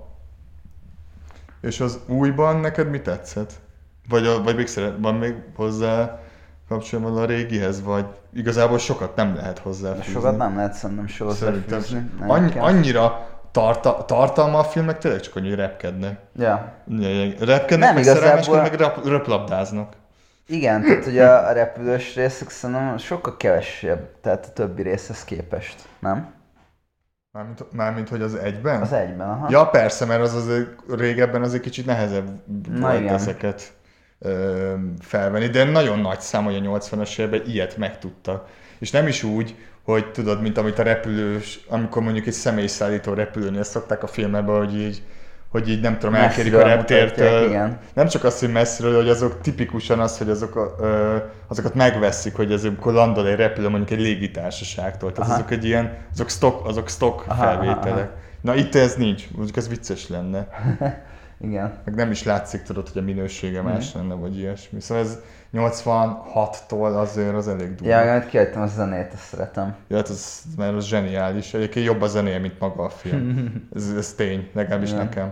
[SPEAKER 3] És az újban neked mi tetszett? Vagy még van még hozzá kapcsolatban a régihez, vagy igazából sokat nem lehet hozzáfűzni?
[SPEAKER 2] Sokat nem lehet szerintem se hozzáfűzni.
[SPEAKER 3] Annyira tartalma a filmnek tényleg csak annyi repkednek.
[SPEAKER 2] Ja.
[SPEAKER 3] Repkednek, meg szerelmeskednek, meg röplabdáznak.
[SPEAKER 2] Igen, tehát hogy a repülős részek szerintem sokkal kevesebb, tehát a többi részhez képest, nem?
[SPEAKER 3] Mármint, hogy az egyben?
[SPEAKER 2] Az egyben, aha.
[SPEAKER 3] Ja, persze, mert az régebben azért kicsit nehezebb volt ezeket felvenni, de nagyon nagy szám, hogy a 80-as években ilyet megtudtak. És nem is úgy, hogy tudod, mint amit a repülős, amikor mondjuk egy személyszállító repülőnél szokták a filmekben, hogy így nem tudom, elkérik a reptértől. Nem csak az, hogy messziről, hogy azok tipikusan az, hogy azokat megveszik, hogy amikor landol egy repülő mondjuk egy légitársaságtól. Tehát azok egy ilyen, azok stock felvételek. Na itt ez nincs, mondjuk ez vicces lenne.
[SPEAKER 2] Igen.
[SPEAKER 3] Meg nem is látszik, tudod, hogy a minősége más lenne, vagy ilyesmi. Szóval ez 86-tól azért az elég durva.
[SPEAKER 2] Ja, mert kihagytam a zenét, ezt szeretem.
[SPEAKER 3] Ja, hát mert az zseniális. Egyébként jobb a zenéje, mint maga a film. ez tény, legalábbis nekem.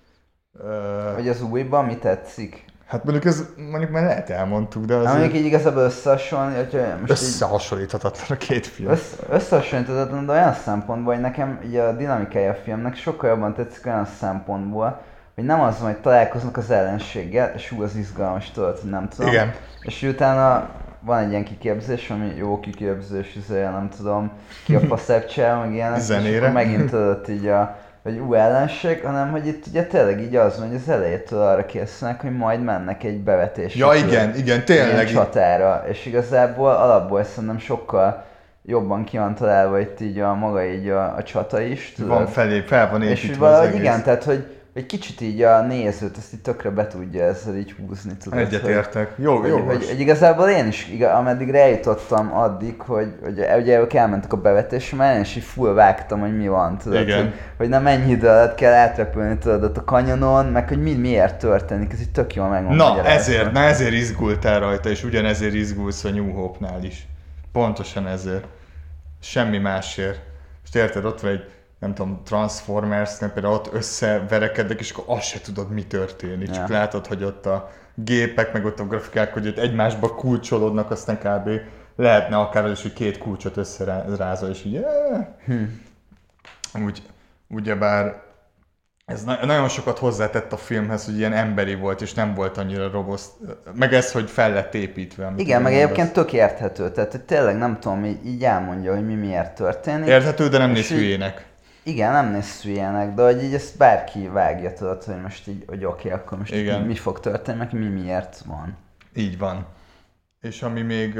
[SPEAKER 2] Hogy az újban mi tetszik?
[SPEAKER 3] Hát mondjuk már lehet elmondtuk, de azért...
[SPEAKER 2] Mondjuk így igazából
[SPEAKER 3] összehasonlíthatatlan a két film.
[SPEAKER 2] Összehasonlíthatatlan, de olyan szempontból, hogy nekem így a dinamikája a filmnek sokkal jobban tetszik olyan szempontból, hogy nem az, hogy találkoznak az ellenséggel, és az izgalmas, tudod, hogy nem tudom.
[SPEAKER 3] Igen.
[SPEAKER 2] És utána van egy ilyen kiképzés, ami jó kiképzés, nem tudom, ki a faszebb csinál, meg ilyenek,
[SPEAKER 3] zenére.
[SPEAKER 2] És akkor megint tudod így hogy ellenség, hanem hogy itt ugye tényleg így az van, hogy az elejétől arra készülnek, hogy majd mennek egy bevetésre.
[SPEAKER 3] Ja, igen, tényleg.
[SPEAKER 2] Ilyen csatára, és igazából alapból szerintem sokkal jobban ki van találva itt így a csata is.
[SPEAKER 3] Tudod? Fel van építve
[SPEAKER 2] és valahogy igen, tehát hogy kicsit így a nézőt ezt így tökre be tudja ezzel így húzni, tudod.
[SPEAKER 3] Egyetértek. Jó.
[SPEAKER 2] Hogy igazából én is, ameddig eljutottam addig, hogy ugye ők elmentek a bevetésre, már én is így full vágtam, hogy mi van, tudod. Hogy nem ennyi idő alatt kell átrepülni, tudod, ott a kanyonon, meg hogy miért történik, ez így tök jól megmond.
[SPEAKER 3] Ezért izgultál rajta, és ugyanezért izgulsz a New Hope-nál is. Pontosan ezért. Semmi másért. És érted, ott vagy egy nem tudom, Transformersnél például ott összeverekednek, és akkor azt se tudod, mi történik. Csak látod, hogy ott a gépek, meg ott a grafikák, hogy ott egymásba kulcsolódnak, aztán kb. Lehetne akár az is, hogy két kulcsot összerázol, és így... ugyebár ez nagyon sokat hozzátett a filmhez, hogy ilyen emberi volt, és nem volt annyira roboszt. Meg ez, hogy fel lett építve.
[SPEAKER 2] Igen, meg egyébként tök érthető. Tehát, hogy tényleg nem tudom, így elmondja, hogy mi miért történik.
[SPEAKER 3] Érthető, de nem néz hülyének.
[SPEAKER 2] Igen, nem néz hülyének, de hogy így ezt bárki vágja, tudod, hogy most így, hogy oké, akkor most mi fog történni, meg mi miért van.
[SPEAKER 3] Így van. És ami még,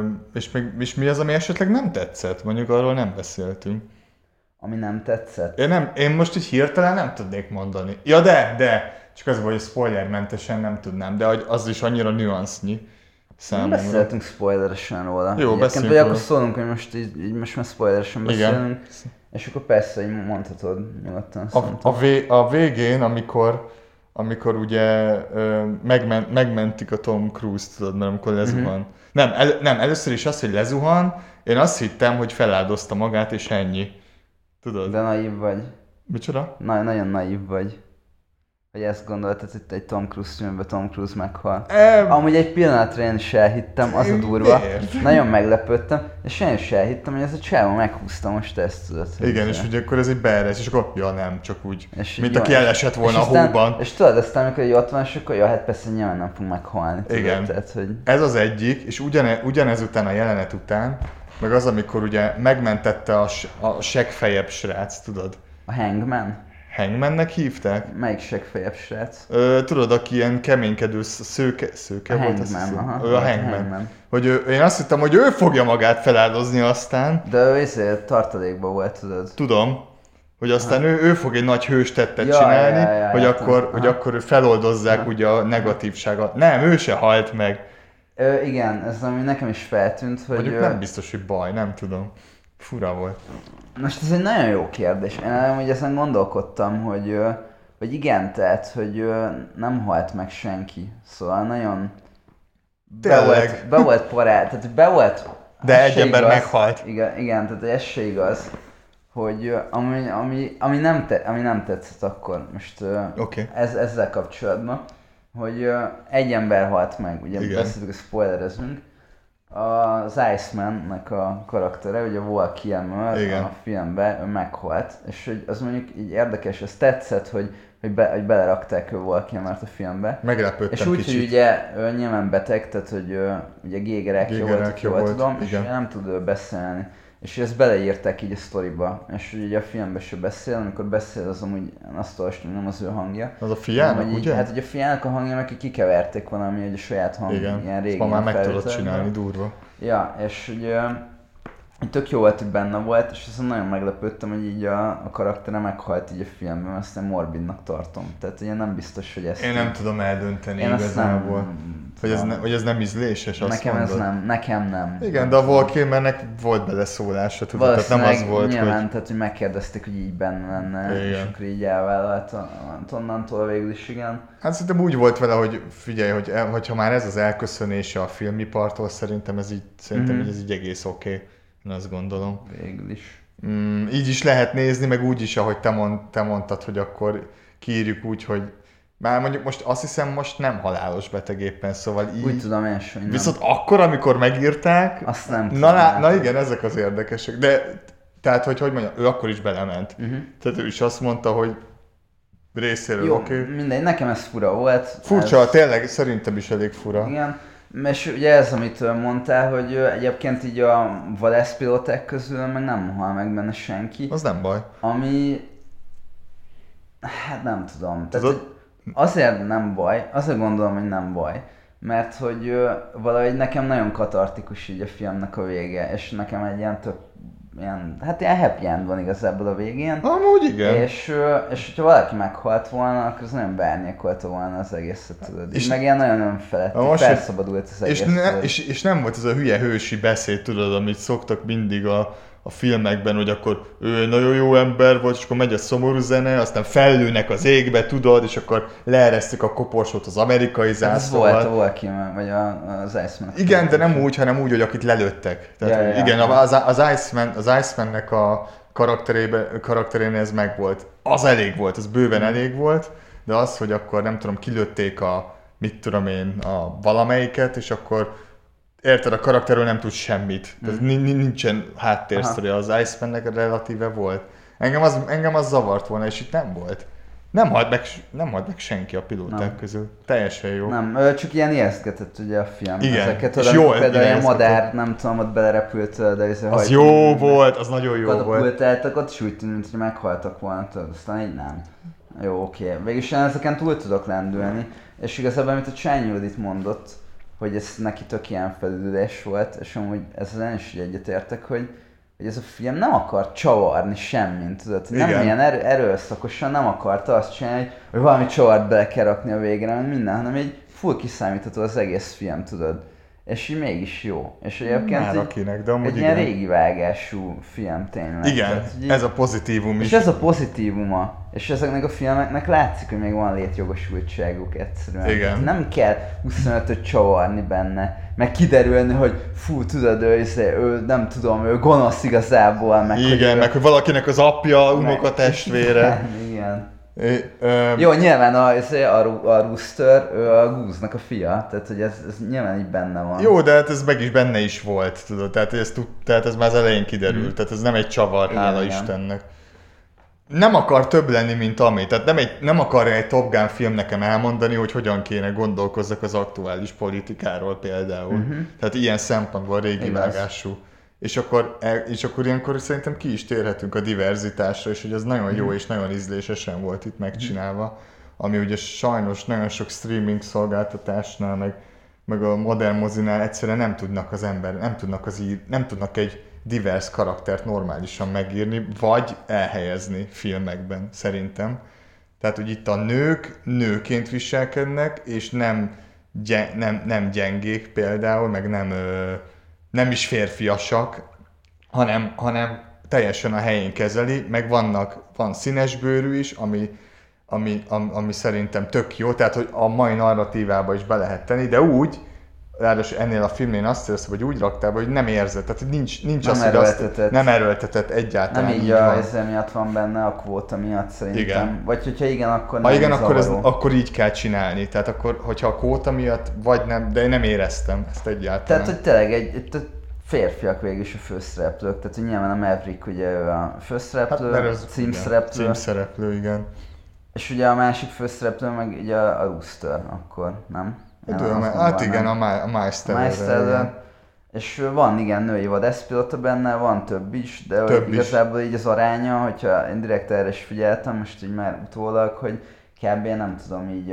[SPEAKER 3] és mi az, ami esetleg nem tetszett? Mondjuk arról nem beszéltünk.
[SPEAKER 2] Ami nem tetszett?
[SPEAKER 3] Én most így hirtelen nem tudnék mondani. Ja, de! Csak az, hogy spoilermentesen nem tudnám, de az is annyira nüansznyi számomra.
[SPEAKER 2] Nem beszéltünk spoileresen róla.
[SPEAKER 3] Jó, beszélünk
[SPEAKER 2] róla. Vagy akkor szólunk, hogy most már spoileresen beszélünk. Igen. És akkor persze, hogy mondhatod nyugodtan.
[SPEAKER 3] A végén, amikor ugye megmentik a Tom Cruise-t, tudod, mert amikor lezuhan. Nem, először is az, hogy lezuhan, én azt hittem, hogy feláldozta magát, és ennyi. Tudod?
[SPEAKER 2] De naív vagy.
[SPEAKER 3] Micsoda?
[SPEAKER 2] Nagyon naív vagy. Hogy ezt gondoltad, hogy egy Tom Cruise filmben Tom Cruise meghal. Amúgy egy pillanatra én is elhittem, az a durva. Nagyon meglepődtem, és én is elhittem, hogy ez a csávó meghúzta most ezt, tudod.
[SPEAKER 3] Igen, és ugye akkor ez egy beeres, és akkor nem, csak úgy, és mint aki elesett volna a hóban.
[SPEAKER 2] És tudod, aztán amikor ott van, és akkor hát persze nyilván nem fog meghalni. Tudod,
[SPEAKER 3] igen,
[SPEAKER 2] tehát, hogy...
[SPEAKER 3] ez az egyik, és ugyanez után a jelenet után, meg az, amikor ugye megmentette a seggfejebb srác, tudod?
[SPEAKER 2] A Hangman?
[SPEAKER 3] Hangmannek hívták?
[SPEAKER 2] Melyik seggfejebb srác?
[SPEAKER 3] Tudod, aki ilyen keménykedő szőke volt, azt hiszem. A Hangman. Hogy én azt hittem, hogy ő fogja magát feláldozni aztán.
[SPEAKER 2] De ő tartalékban volt, tudod.
[SPEAKER 3] Tudom. Hogy aztán ő fog egy nagy hős tettet csinálni, hogy akkor feloldozzák ugye a negatívságot. Nem, ő se halt meg.
[SPEAKER 2] Igen, ez ami nekem is feltűnt, hogy...
[SPEAKER 3] Mondjuk nem biztos, hogy baj, nem tudom. Fura volt.
[SPEAKER 2] Most ez egy nagyon jó kérdés. Én hogy ezen gondolkodtam, hogy igen, tehát, hogy nem halt meg senki. Szóval nagyon... Be volt parál, tehát be volt...
[SPEAKER 3] De egy ember meghalt.
[SPEAKER 2] Igen, tehát ez se igaz. Hogy ami nem tetszett akkor most ezzel kapcsolatban, hogy egy ember halt meg, ugye beszéltük, hogy spoilerezünk. Az Iceman-nek a karaktere, ugye Val Kilmer a filmben meghalt, és hogy az mondjuk így érdekes, ez tetszett, hogy belerakták Val Kilmert a filmbe.
[SPEAKER 3] Meglepődtem
[SPEAKER 2] és úgy, hogy ugye nyilván beteg, tehát hogy ugye gégerákja volt, jól tudom, és nem tud beszélni. És ezt beleírták így a sztoriba, és ugye a filmben se beszél, amikor beszél, az amúgy azt olvastam, hogy nem az ő hangja.
[SPEAKER 3] Az a fiának,
[SPEAKER 2] így,
[SPEAKER 3] ugye?
[SPEAKER 2] Hát ugye a fiának a hangja, meg kikeverték valami, hogy a saját hang ilyen régen.
[SPEAKER 3] Igen, már meg tudod csinálni, durva.
[SPEAKER 2] Ja, és ugye tök jó volt, hogy benne volt, és aztán nagyon meglepődtem, hogy így a karaktere meghalt így a filmben, azt én morbidnak tartom. Tehát ugye nem biztos, hogy ezt...
[SPEAKER 3] Én nem tudom eldönteni igazából. Hogy ez nem ízléses, azt
[SPEAKER 2] nekem nem.
[SPEAKER 3] Igen, de a Val Kilmernek volt beleszólása, tudod, tehát nem az volt,
[SPEAKER 2] nyilván, hogy... tehát hogy megkérdezték, hogy így benne lenne, és akkor így elvállalt onnantól végül is, igen.
[SPEAKER 3] Hát szerintem úgy volt vele, hogy figyelj, hogyha már ez az elköszönése a filmipartól, szerintem ez így egész oké. Én azt gondolom.
[SPEAKER 2] Végül is.
[SPEAKER 3] Így is lehet nézni, meg úgy is, ahogy te mondtad, hogy akkor kiírjuk úgy, hogy már mondjuk most azt hiszem, most nem halálos beteg éppen, szóval így...
[SPEAKER 2] Úgy tudom én sem,
[SPEAKER 3] viszont akkor, amikor megírták...
[SPEAKER 2] Azt nem tudom.
[SPEAKER 3] Na igen, ezek az érdekesek. De, tehát, hogy mondjam, ő akkor is belement. Tehát ő is azt mondta, hogy részéről oké.
[SPEAKER 2] Mindegy, nekem ez fura volt.
[SPEAKER 3] Furcsa, tényleg szerintem is elég fura.
[SPEAKER 2] Igen. És ugye ez, amit mondtál, hogy egyébként így a vadászpilóták közül meg nem hal meg benne senki.
[SPEAKER 3] Az nem baj.
[SPEAKER 2] Ami... Hát nem tudom. Tehát, azért nem baj, azért gondolom, hogy nem baj. Mert hogy valahogy nekem nagyon katartikus így a filmnek a vége, és nekem egy ilyen tök ilyen happy end van igazából a végén.
[SPEAKER 3] Amúgy igen.
[SPEAKER 2] És hogyha valaki meghalt volna, akkor az nagyon beárnyékolta volna az egészet, tudod. És meg ilyen nagyon önfelett, felszabadult az egész.
[SPEAKER 3] És nem volt ez a hülye hősi beszéd, tudod, amit szoktak mindig a filmekben, hogy akkor ő nagyon jó ember volt, és akkor megy a szomorú zene, aztán fellőnek az égbe, tudod, és akkor leeresztik a koporsót az amerikai zászlóval.
[SPEAKER 2] Ez volt a Walkie, vagy az Iceman.
[SPEAKER 3] Igen, de nem úgy, hanem úgy, hogy akit lelőttek. Tehát, igen, az Icemannek a karakterénél ez megvolt. Az elég volt, az bőven elég volt, de az, hogy akkor nem tudom, kilőtték a valamelyiket, és akkor érted, a karakterről nem tud semmit. Tehát nincsen háttérsztori, az Icemannek relatíve volt. Engem az zavart volna, és itt nem volt. Nem halt meg senki a pilóták közül. Teljesen jó.
[SPEAKER 2] Nem, csak ilyen ijesztgetett ugye a film.
[SPEAKER 3] Igen,
[SPEAKER 2] ezeket,
[SPEAKER 3] és jól
[SPEAKER 2] például ilyen madár, nem tudom, ott belerepült, de
[SPEAKER 3] az jó volt, az nagyon jó volt.
[SPEAKER 2] Katapultáltak, ott is úgy tűnt, hogy meghaltak volna, aztán így nem. Jó, oké. Végülis én ezeken túl tudok lendülni, és igazából, amit a Csányi Judit mondott, hogy ez neki tök ilyen felüldülés volt, és amúgy ezzel én is egyetértek, hogy ez a film nem akar csavarni semmit, tudod? Nem ilyen erőszakosan nem akarta azt csinálni, hogy valami csavart bele kell rakni a végre, meg minden, hanem így full kiszámítható az egész film, tudod? És így mégis jó. És egyébként egy ilyen régi vágású film tényleg.
[SPEAKER 3] Igen, tehát, ez a pozitívum is.
[SPEAKER 2] És ez a pozitívuma. És ezeknek a filmeknek látszik, hogy még van létjogosultságuk egyszerűen.
[SPEAKER 3] Igen.
[SPEAKER 2] Nem kell 25-öt csavarni benne, meg kiderülni, hogy fú, tudod, ő nem tudom, ő gonosz igazából. Meg
[SPEAKER 3] igen, meg hogy valakinek az apja, unokatestvére.
[SPEAKER 2] Igen. Jó, nyilván a Rooster, ő a Goose-nak a fia, tehát hogy ez nyilván így benne van.
[SPEAKER 3] Jó, de hát ez meg is benne is volt, tudod, tehát ez már az elején kiderült, tehát ez nem egy csavar, igen, hála Istennek. Nem akar több lenni, mint ami, tehát nem akarja egy Top Gun film nekem elmondani, hogy hogyan kéne gondolkozzak az aktuális politikáról például. Tehát ilyen szempontból régi vágású. És akkor ilyenkor szerintem ki is térhetünk a diverzitásra, és hogy ez nagyon jó és nagyon ízlésesen volt itt megcsinálva, ami ugye sajnos nagyon sok streaming szolgáltatásnál, meg a modern mozinál egyszerűen nem tudnak az emberek, nem tudnak egy divers karaktert normálisan megírni, vagy elhelyezni filmekben, szerintem. Tehát, hogy itt a nők nőként viselkednek, és nem gyengék például, meg nem is férfiasak, hanem teljesen a helyén kezeli, meg van színesbőrű is, ami szerintem tök jó, tehát hogy a mai narratívába is be lehet tenni, de úgy, ráadásul ennél a filmnél azt éreztem, hogy úgy raktál, hogy nem érzed, tehát nincs az, hogy azt nem erőltetett egyáltalán.
[SPEAKER 2] Nem így ezzel miatt van benne, a kvóta miatt szerintem. Igen. Vagy hogyha igen, akkor nem.
[SPEAKER 3] Ha igen, akkor így kell csinálni. Tehát akkor, hogyha a kvóta miatt, vagy nem, de én nem éreztem ezt egyáltalán.
[SPEAKER 2] Tehát, hogy tényleg egy férfiak végül is a főszereplők, tehát hogy nyilván a Maverick ugye ő a főszereplő, címszereplő.
[SPEAKER 3] Címszereplő, igen.
[SPEAKER 2] És ugye a másik főszereplő meg ugye a Rooster, akkor nem?
[SPEAKER 3] Hát igen, a Miles Teller.
[SPEAKER 2] És van igen női vadászpilóta benne, van több is, de igazából így az aránya, hogyha én direkt erre is figyeltem, most így már utólag, hogy kb. Nem tudom így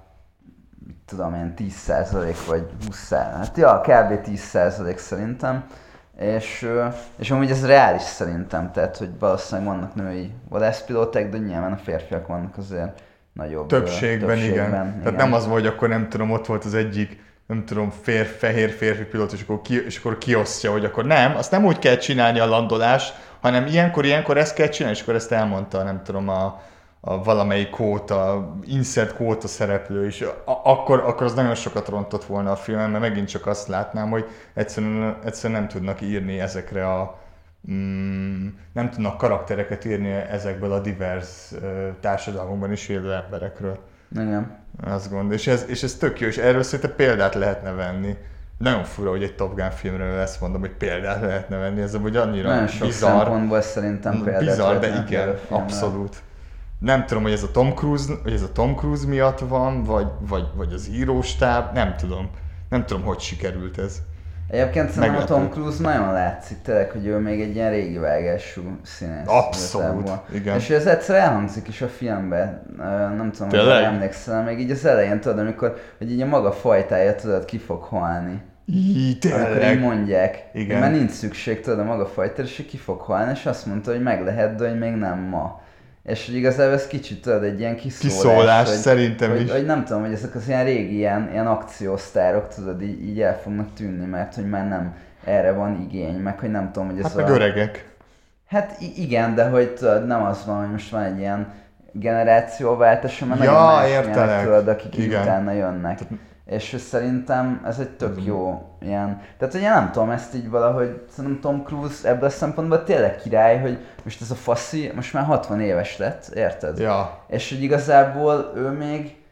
[SPEAKER 2] én 10% vagy 20%, hát ja, kb. 10% szerintem. És amúgy ez reális szerintem, tehát hogy valószínűleg vannak női vadászpilóták, de nyilván a férfiak vannak azért nagyobb
[SPEAKER 3] többségben. Igen. Tehát nem az volt, hogy akkor nem tudom, ott volt az egyik, nem tudom, fehér férfi pilóta, és akkor kiosztja, hogy akkor nem, azt nem úgy kell csinálni a landolást, hanem ilyenkor ezt kell csinálni, és akkor ezt elmondta, nem tudom, a valamelyik kvóta, insert kvóta szereplő, és akkor az nagyon sokat rontott volna a filmen, mert megint csak azt látnám, hogy egyszerűen nem tudnak írni ezekre nem tudnak karaktereket írni ezekből a divers társadalmakban is élő emberekről.
[SPEAKER 2] Igen.
[SPEAKER 3] Azt gondolom, és ez tök jó, és erről szerintem példát lehetne venni. Nagyon fura, hogy egy Top Gun filmről ezt mondom, hogy példát lehetne venni, ez amúgy annyira
[SPEAKER 2] nagyon sok szempontból szerintem példát
[SPEAKER 3] bizarr, de igen, abszolút. Nem tudom, hogy ez a Tom Cruise miatt van, vagy az íróstáb, nem tudom, hogy sikerült ez.
[SPEAKER 2] Egyébként szerintem a Tom Cruise nagyon látszik, tényleg, hogy ő még egy ilyen régi vágású színész.
[SPEAKER 3] Abszolút, igen.
[SPEAKER 2] És ez egyszer elhangzik is a filmben, nem tudom, hogy emlékszel, még így az elején tudod, amikor, hogy így a maga fajtája tudod, ki fog halni.
[SPEAKER 3] Tényleg.
[SPEAKER 2] Amikor így mondják, igen. Mert nincs szükség, tudod, a maga fajtára, és ki fog halni, és azt mondta, hogy meg lehet, de hogy még nem ma. És hogy igazából ez kicsit tudod, egy ilyen
[SPEAKER 3] kiszólás hogy, szerintem is.
[SPEAKER 2] Hogy nem tudom, hogy ezek az ilyen régi ilyen akciósztárok tudod, így el fognak tűnni, mert hogy már nem erre van igény, meg hogy nem tudom, hogy ez
[SPEAKER 3] hát meg öregek.
[SPEAKER 2] Hát igen, de hogy tudod, nem az van, hogy most van egy ilyen generációváltás, mert nagyon más tudod, akik utána jönnek. És szerintem ez egy tök jó ilyen, tehát hogy én nem tudom, ezt így valahogy, szerintem Tom Cruise ebből a szempontból tényleg király, hogy most ez a faszi most már 60 éves lett, érted?
[SPEAKER 3] Ja.
[SPEAKER 2] És hogy igazából ő még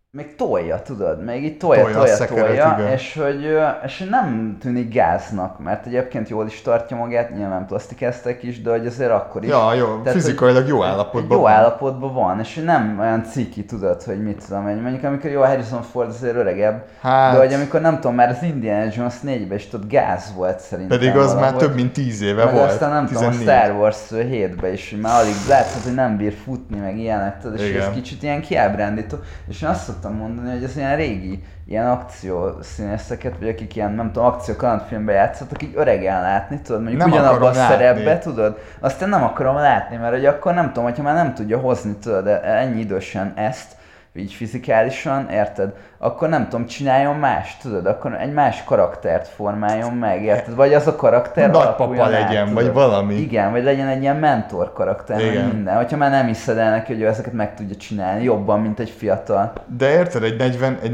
[SPEAKER 2] még tolja, tudod, még így tolja, és nem tűnik gáznak, mert egyébként jól is tartja magát, nyilván plastikázták is, de hogy azért akkor is.
[SPEAKER 3] Ja, jó, tehát, fizikailag jó állapotban
[SPEAKER 2] van. Jó állapotban van, és nem olyan ciki, tudod, hogy mit tudom én, mondjuk amikor jó, Harrison Ford azért öregebb, de hogy amikor nem tudom, már az Indiana Jones 4-ben is tudod, gáz volt szerintem.
[SPEAKER 3] Pedig az már több mint 10 éve
[SPEAKER 2] meg
[SPEAKER 3] volt.
[SPEAKER 2] Aztán nem 14. tudom, a Star Wars 7-ben is, már alig látszott, hogy nem bír futni, meg ilyenek, tudod, és ez kicsit ilyen kiábrándító, és én azt szoktam mondani, hogy ez ilyen régi, ilyen akciószínészeket, vagy akik ilyen, nem tudom, akció-kalandfilmben játszottak, így öregen látni, tudod, mondjuk ugyanabban a szerepbe, tudod, azt én nem akarom látni, mert hogy akkor nem tudom, hogyha már nem tudja hozni, tudod, ennyi idősen ezt, így fizikálisan, érted? Akkor nem tudom, csináljon más, tudod? Akkor egy más karaktert formáljon meg, érted? Vagy az a karakter
[SPEAKER 3] nagypapa legyen,
[SPEAKER 2] át,
[SPEAKER 3] vagy valami.
[SPEAKER 2] Igen, vagy legyen egy ilyen mentor karakter, vagy minden. Hogyha már nem hiszed el neki, hogy ő ezeket meg tudja csinálni jobban, mint egy fiatal.
[SPEAKER 3] De érted, egy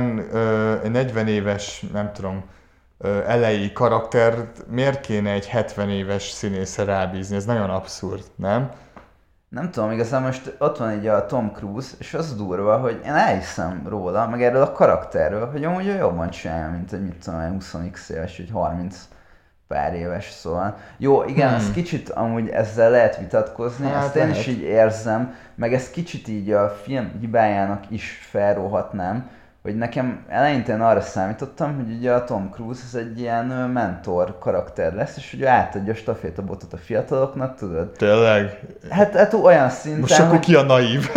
[SPEAKER 3] 40 éves, nem tudom, elejé karaktert miért kéne egy 70 éves színészre rábízni? Ez nagyon abszurd, nem?
[SPEAKER 2] Nem tudom, igazán most ott van így a Tom Cruise, és az durva, hogy én elhiszem róla, meg erről a karakterről, hogy amúgy jobban csinálja, mint egy, mit tudom, 20x éves, vagy 30 pár éves, szóval. Jó, igen, ez kicsit amúgy ezzel lehet vitatkozni, hát ezt én is így érzem, meg ezt kicsit így a film hibájának is felróhatnám, hogy nekem eleinte én arra számítottam, hogy ugye a Tom Cruise ez egy ilyen mentor karakter lesz, és ugye átadja a stafétabotot a fiataloknak, tudod?
[SPEAKER 3] Tényleg?
[SPEAKER 2] Hát olyan szinten,
[SPEAKER 3] most akkor ki a naív?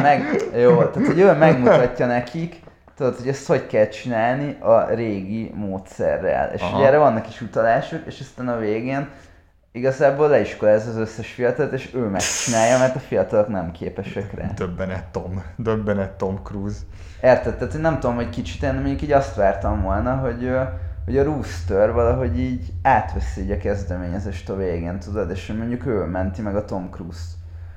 [SPEAKER 2] Hogy ő megmutatja nekik, tudod, hogy ezt hogy kell csinálni a régi módszerrel. És ugye erre vannak is utalások, és aztán a végén igazából leiskoláz az összes fiatalt, és ő megcsinálja, mert a fiatalok nem képesek rá.
[SPEAKER 3] Döbbenet Tom Cruise.
[SPEAKER 2] Érted? Tehát én nem tudom, hogy kicsit, én mondjuk így azt vártam volna, hogy a Rooster valahogy így átveszi így a kezdeményezést a végén, tudod, és mondjuk ő menti meg a Tom Cruise-t.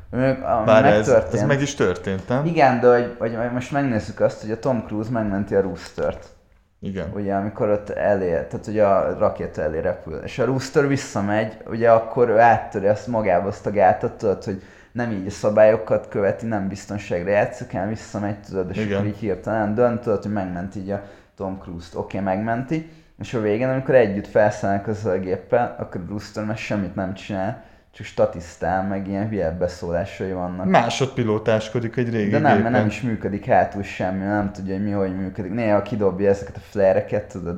[SPEAKER 3] Bár ez meg is történt, nem?
[SPEAKER 2] Igen, de hogy most megnézzük azt, hogy a Tom Cruise megmenti a Roostert.
[SPEAKER 3] Igen.
[SPEAKER 2] Ugye amikor ott tehát ugye a rakéta elé repül, és a Rooster visszamegy, ugye akkor ő áttöri azt magába azt a gátat, tudod, hogy nem így a szabályokat követi, nem biztonságra játszik, hanem visszamegy, tudod, és akkor így hirtelen dönt, tudod, hogy megmenti így a Tom Cruise-t. Oké, megmenti, és a végén, amikor együtt felszállnak a géppel, akkor a Rooster már semmit nem csinál, csak statisztál, meg ilyen hülye beszólásai vannak.
[SPEAKER 3] Másodpilótáskodik egy régi gépen.
[SPEAKER 2] De nem, mert nem is működik hátul semmi, nem tudja, hogy mi, hogy működik. Néha kidobja ezeket a flare-eket, tudod,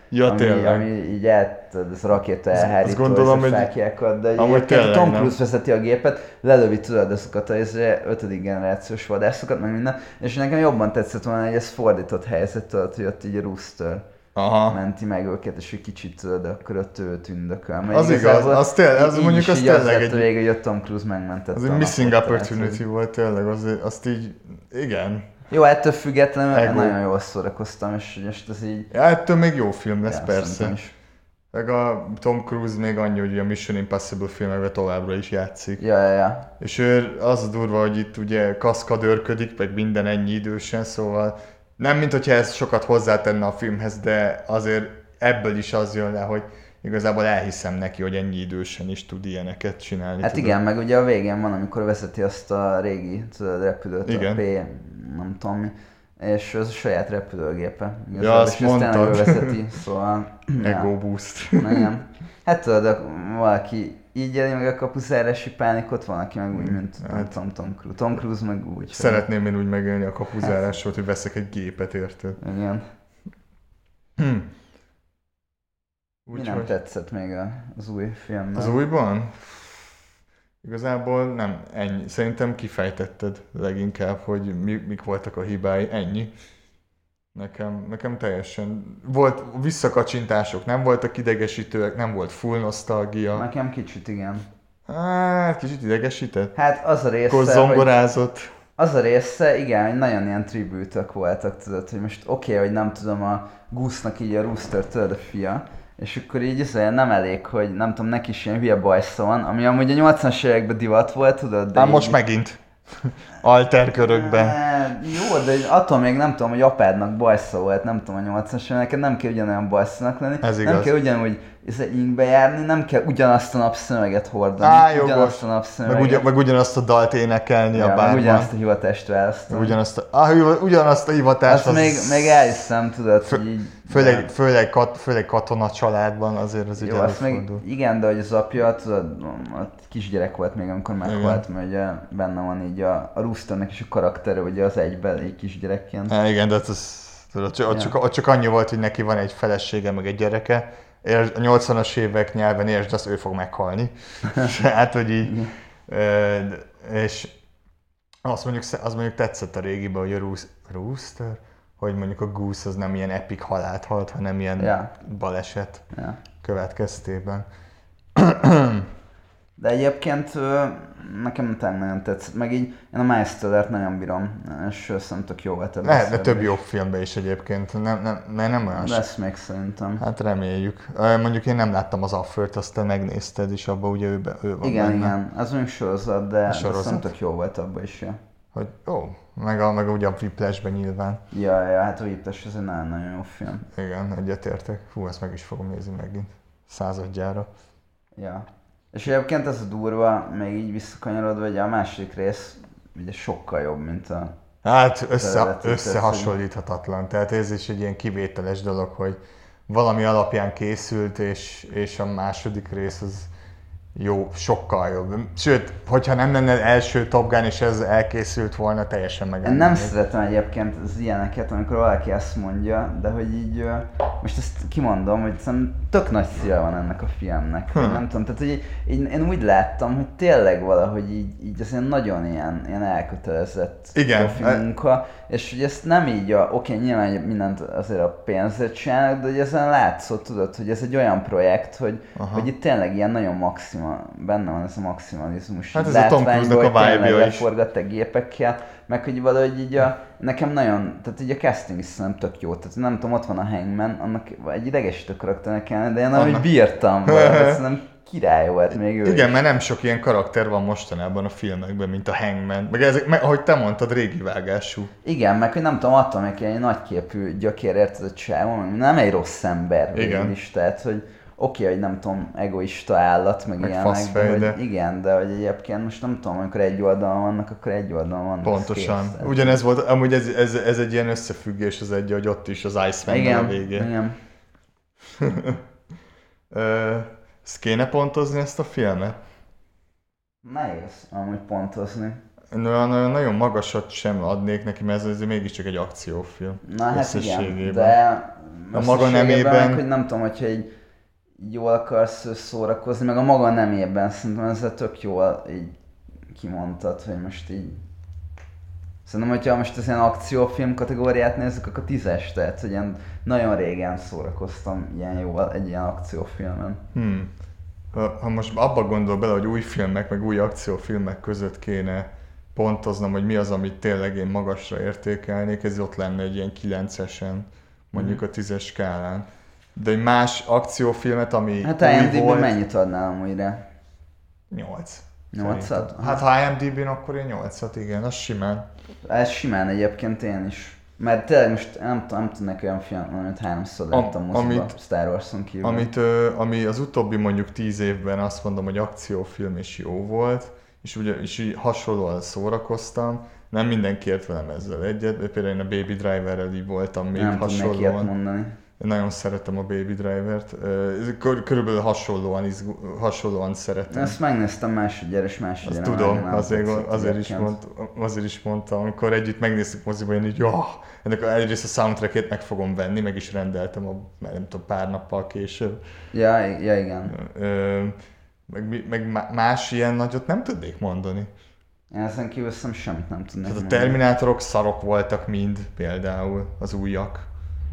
[SPEAKER 2] ami így ez a rakéta elhárító, ez a fákjákat, de a Tom Cruise vezeti a gépet, lelövi, tudod, azokat az 5. generációs vadászokat, meg minden, és nekem jobban tetszett volna, hogy ez fordított helyzet, tudod, hogy ott így a Rooster menti meg őket, és egy kicsit, tudod, akkor ott ő tündököl.
[SPEAKER 3] Az igaz, az mondjuk az tényleg
[SPEAKER 2] egy... végül, hogy a Tom Cruise megmentette.
[SPEAKER 3] Az egy missing opportunity volt tényleg, azt így, igen.
[SPEAKER 2] Jó, ettől függetlenül nagyon jól szórakoztam, és ez így...
[SPEAKER 3] Ja, ettől még jó film lesz, persze. Meg a Tom Cruise még annyi, hogy a Mission Impossible filmekben továbbra is játszik.
[SPEAKER 2] Ja.
[SPEAKER 3] És ő az a durva, hogy itt ugye kaszkadőrködik, meg minden ennyi idősen, szóval nem mint hogyha ez sokat hozzátenne a filmhez, de azért ebből is az jön le, hogy igazából elhiszem neki, hogy ennyi idősen is tud ilyeneket csinálni.
[SPEAKER 2] Hát igen, meg ugye a végén van, amikor vezeti azt a régi repülőt, igen. A P, nem tudom mi, és az a saját repülőgépe.
[SPEAKER 3] Ja, azt mondtad.
[SPEAKER 2] És vezeti, szóval...
[SPEAKER 3] Ego boost.
[SPEAKER 2] Igen. Hát tudod, valaki így éli meg a kapuzárási pánikot, van, aki meg úgy, mint Tom Cruise. Tom Cruise meg úgy.
[SPEAKER 3] Szeretném én úgy megélni a kapuzárásot, hogy veszek egy gépet, érted?
[SPEAKER 2] Igen. Mi nem tetszett még az új filmben?
[SPEAKER 3] Az újban? Igazából nem, ennyi. Szerintem kifejtetted leginkább, hogy mik voltak a hibái, ennyi. Nekem teljesen volt visszakacsintások, nem voltak idegesítőek, nem volt full nosztalgia.
[SPEAKER 2] Nekem kicsit igen.
[SPEAKER 3] Hát, kicsit idegesített?
[SPEAKER 2] Hát az a része,
[SPEAKER 3] hogy... zongorázott.
[SPEAKER 2] Az a része, igen, hogy nagyon ilyen tribűtök voltak, tudod, hogy most oké, hogy nem tudom, a Goose-nak így a Rooster, tudod, a fia, és akkor így nem elég, hogy nem tudom, neki is ilyen hülye bajsza van, ami amúgy a 80-as években divat volt, tudod, de
[SPEAKER 3] így... most megint. Alterkörökben.
[SPEAKER 2] Jó, de attól még nem tudom, hogy apádnak bajsza volt, nem tudom, a 80-as években, neked nem kell ugyanolyan bajszanak lenni.
[SPEAKER 3] Ez
[SPEAKER 2] nem kell ugyanúgy inkbe járni, nem kell ugyanazt a napszöveget hordani, ugyanazt a napszöveget.
[SPEAKER 3] Meg ugyanazt a dalt énekelni a bárban.
[SPEAKER 2] Meg ugyanazt a hivatást választani.
[SPEAKER 3] Ugyanazt a hivatást.
[SPEAKER 2] Azt még elhiszem, tudod, hogy így...
[SPEAKER 3] Főleg katona családban azért az így előfordul.
[SPEAKER 2] Igen, de hogy az apja, tudod, kisgyerek volt még, amikor meghalt, mert ugye benne van így a Roosternek is a karaktere, ugye az egyben egy kisgyerekként.
[SPEAKER 3] Igen, de ott csak annyi volt, hogy neki van egy felesége, meg egy gyereke. A 80-as évek nyelven értsd, azt ő fog meghalni. Hát, hogy így... És az mondjuk tetszett a régiben, hogy a Rooster, hogy mondjuk a Goose az nem ilyen epic halált halt, hanem ilyen baleset következtében.
[SPEAKER 2] De egyébként nekem nagyon tetszett, meg így én a Miles Tellert nagyon bírom, és szerintem jó volt ebben.
[SPEAKER 3] Lehetne több jobb filmbe is egyébként, nem olyan
[SPEAKER 2] lesz még szerintem.
[SPEAKER 3] Hát reméljük. Mondjuk én nem láttam az Affert, azt te megnézted, és abban ugye ő van
[SPEAKER 2] igen,
[SPEAKER 3] benne.
[SPEAKER 2] Igen, az mondjuk sorozat, de szerintem jó volt abban is. Ja.
[SPEAKER 3] Hogy meg ugye a Whiplash-ben nyilván.
[SPEAKER 2] Ja, hát a Whiplash ez egy nagyon jó film.
[SPEAKER 3] Igen, egyetértek. Hú, ezt meg is fogom nézni megint. 100-adjára.
[SPEAKER 2] Ja. És egyébként ez a durva, még így visszakanyarodva, hogy a második rész ugye sokkal jobb, mint a...
[SPEAKER 3] Hát összehasonlíthatatlan. Tehát ez is egy ilyen kivételes dolog, hogy valami alapján készült, és a második rész az jó, sokkal jobb. Sőt, hogyha nem lenne első Top Gun, és ez elkészült volna, teljesen megállni.
[SPEAKER 2] Nem szeretem egyébként az ilyeneket, amikor valaki ezt mondja, de hogy így, most ezt kimondom, hogy szerintem tök nagy szíve van ennek a filmnek. Nem tudom, tehát hogy én úgy láttam, hogy tényleg valahogy így az nagyon ilyen elkötelezett profi munka, és hogy ezt nem így oké, nyilván mindent azért a pénzért csinálnak, de hogy ezen látszott, tudod, hogy ez egy olyan projekt, hogy itt tényleg ilyen nagyon benne van ez a maximalizmus.
[SPEAKER 3] Hát ez a Tom Cruise-nak a vibe-ja is.
[SPEAKER 2] Leforgattak gépekkel, meg hogy valahogy így nekem nagyon, tehát így a casting is szerintem tök jó. Tehát nem tudom, ott van a Hangman, annak egy idegesítő karakternek kellene, de én ahogy bírtam valahogy, szerintem király volt még ő.
[SPEAKER 3] Igen, mert nem sok ilyen karakter van mostanában a filmekben, mint a Hangman. Meg ahogy te mondtad, régi vágású.
[SPEAKER 2] Igen, meg hogy nem tudom, attól még egy nagyképű gyökér, érted a csávon, nem egy rossz ember is, tehát hogy oké, hogy nem tudom, egoista állat, meg ilyenek, de hogy igen, de hogy egyébként most nem tudom, amikor egy oldalon vannak, akkor egy oldalon vannak.
[SPEAKER 3] Pontosan. Ugyanez volt, amúgy ez egy ilyen összefüggés az hogy ott is az Iceman a végén. Igen. Ezt kéne pontozni ezt a filmet?
[SPEAKER 2] Nehéz amúgy pontozni.
[SPEAKER 3] Nagyon magasat sem adnék neki, mert ez mégiscsak egy akciófilm.
[SPEAKER 2] Na hát igen, de
[SPEAKER 3] a maga nemében...
[SPEAKER 2] hogy nem tudom, hogyha egy jól akarsz szórakozni, meg a maga nemében szerintem ezzel tök jól így kimondtad, hogy most így... Szerintem, hogyha most az ilyen akciófilm kategóriát nézzük, akkor 10-es, tehát hogy ilyen nagyon régen szórakoztam ilyen jól egy ilyen akciófilmen.
[SPEAKER 3] Ha most abba gondol bele, hogy új filmek, meg új akciófilmek között kéne pontoznom, hogy mi az, amit tényleg én magasra értékelnék, ez ott lenne egy ilyen 9-esen, mondjuk a 10-es skálán. De egy más akciófilmet, ami
[SPEAKER 2] hát IMDb-ben mennyit adnál amúgyra?
[SPEAKER 3] 8.
[SPEAKER 2] 8-at?
[SPEAKER 3] Hát ha IMDb-n, akkor én 8-at, igen, az simán.
[SPEAKER 2] Ez simán egyébként én is. Mert tényleg most nem tudnék olyan film, amit 3-szor láttam moziba, Star Wars-on kívül.
[SPEAKER 3] Ami az utóbbi mondjuk 10 évben azt mondom, hogy akciófilm és jó volt, és így hasonlóan szórakoztam. Nem mindenki ért velem ezzel egyet, de például én a Baby Driverrel így voltam még
[SPEAKER 2] nem
[SPEAKER 3] hasonlóan.
[SPEAKER 2] Nem tudnék mondani.
[SPEAKER 3] Én nagyon szeretem a Baby Drivert. Körülbelül hasonlóan szeretem.
[SPEAKER 2] Ezt megnéztem másodjára és másodjára.
[SPEAKER 3] Azt tudom, azért is mondtam, amikor együtt megnéztük moziba, én így, ennek egyrészt a soundtrackét meg fogom venni, meg is rendeltem nem tudom, pár nappal később.
[SPEAKER 2] Ja igen.
[SPEAKER 3] Meg más ilyen nagyot nem tudnék mondani.
[SPEAKER 2] Én ezen kívül semmit nem tudnék mondani.
[SPEAKER 3] A Terminátorok szarok voltak mind, például az újak.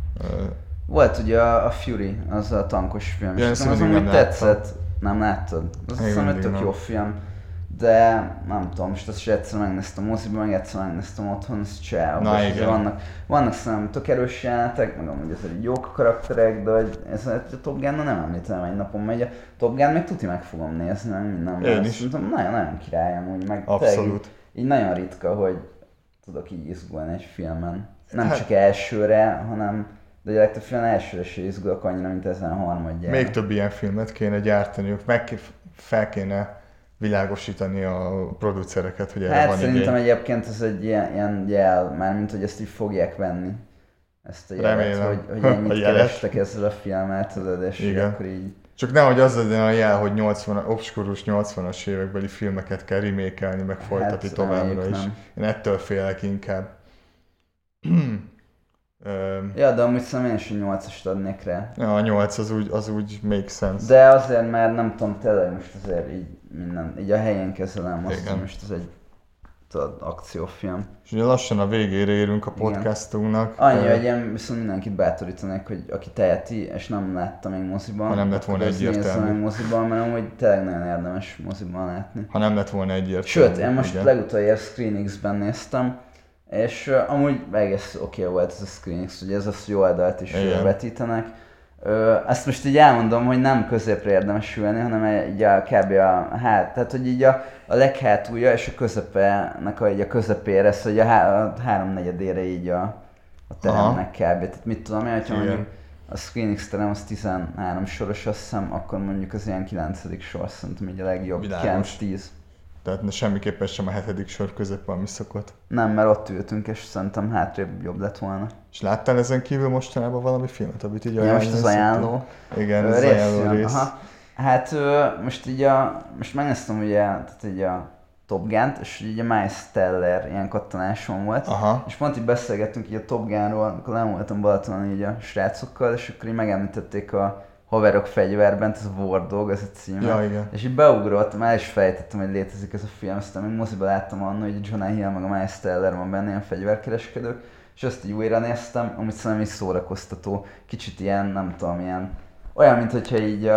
[SPEAKER 2] Volt ugye a Fury, az a tankos film, és az amúgy tetszett. Nem láttad? Az hiszem, hogy tök jó film. De nem tudom, most azt is egyszer megnéztem moziban, meg egyszer megnéztem otthon, ez csinálva. Vannak szerintem tök erős jelenetek, meg amúgy ezért jók a karakterek, de hogy ez a Top Gun-nal nem említem, egy napon megy. A Top Gun még tuti meg fogom nézni, meg minden.
[SPEAKER 3] Én is.
[SPEAKER 2] Nagyon király amúgy, meg
[SPEAKER 3] abszolút.
[SPEAKER 2] Így nagyon ritka, hogy tudok így izgulni egy filmen. Nem csak elsőre, hanem de a legtöbb film elsőre se izgulok annyira, mint ezen a harmadjára.
[SPEAKER 3] Még több ilyen filmet kéne gyártaniuk, fel kéne világosítani a producereket, hogy erre van
[SPEAKER 2] szerintem egyébként ez egy ilyen jel, mármint hogy ezt így fogják venni. Ezt a jelet, hogy ennyit kerestek ezzel a filmmel, tudod, és akkor így...
[SPEAKER 3] Csak nehogy az legyen a jel, hogy obskurus 80-as évekbeli filmeket kell remake-elni, meg folytatni továbbra is. Én ettől félek inkább.
[SPEAKER 2] Ja, de amúgy szerintem én is 8-ast adnék rá.
[SPEAKER 3] Ja, a 8 az úgy make sense.
[SPEAKER 2] De azért, mert nem tudom, tényleg most azért így minden, így a helyén kezelem azt, hogy most ez egy akciófilm.
[SPEAKER 3] És ugye lassan a végére érünk a podcastunknak.
[SPEAKER 2] Annyi, hogy én viszont mindenkit bátorítanék, hogy aki teheti, és nem látta még moziban.
[SPEAKER 3] Ha nem lett volna egyértelmű.
[SPEAKER 2] Meg moziban, mert amúgy tényleg nagyon érdemes moziban látni.
[SPEAKER 3] Ha nem lett volna egyértelmű.
[SPEAKER 2] Sőt, én most legutoljára ScreenX-ben néztem, és amúgy egész oké volt ez a ScreenX, ugye ez az, hogy oldalt is vetítenek. Ezt most így elmondom, hogy nem középre érdemes ülni, hanem így kb. Tehát hogy így a leghátulja és a közepenek a közepére, szóval a háromnegyedére így a teremnek kb. Tehát mit tudom én, hogyha mondjuk a ScreenX terem az 13 soros, azt hiszem, akkor mondjuk az ilyen 9. sor, szerintem így a legjobb, 9-10.
[SPEAKER 3] Tehát semmiképpen sem a 7. sor közep, ami szokott.
[SPEAKER 2] Nem, mert ott ültünk, és szerintem hátrébb jobb lett volna.
[SPEAKER 3] És láttál ezen kívül mostanában valami filmet, amit így
[SPEAKER 2] ajánlani? Ja, most az ajánló.
[SPEAKER 3] Igen, az ajánló rész.
[SPEAKER 2] Aha. Hát most így most megnéztem ugye, tehát így a Top Gun-t, és így a Miles Teller ilyen kattanáson volt.
[SPEAKER 3] Aha.
[SPEAKER 2] És pont így beszélgettünk így a Top Gun-ról, amikor nem voltam Balatonon így a srácokkal, és akkor így megemlítették a Haverok fegyverben, ez a War Dog, ez a címe.
[SPEAKER 3] Ja, igen.
[SPEAKER 2] És így beugrottam, el is fejtettem, hogy létezik ez a film, aztán még moziban láttam annak, hogy Jonah Hill meg a Miles Teller van benne, ilyen fegyverkereskedők, és azt így újra néztem, amit szerintem így szórakoztató, kicsit ilyen, nem tudom, ilyen, olyan, mint hogyha így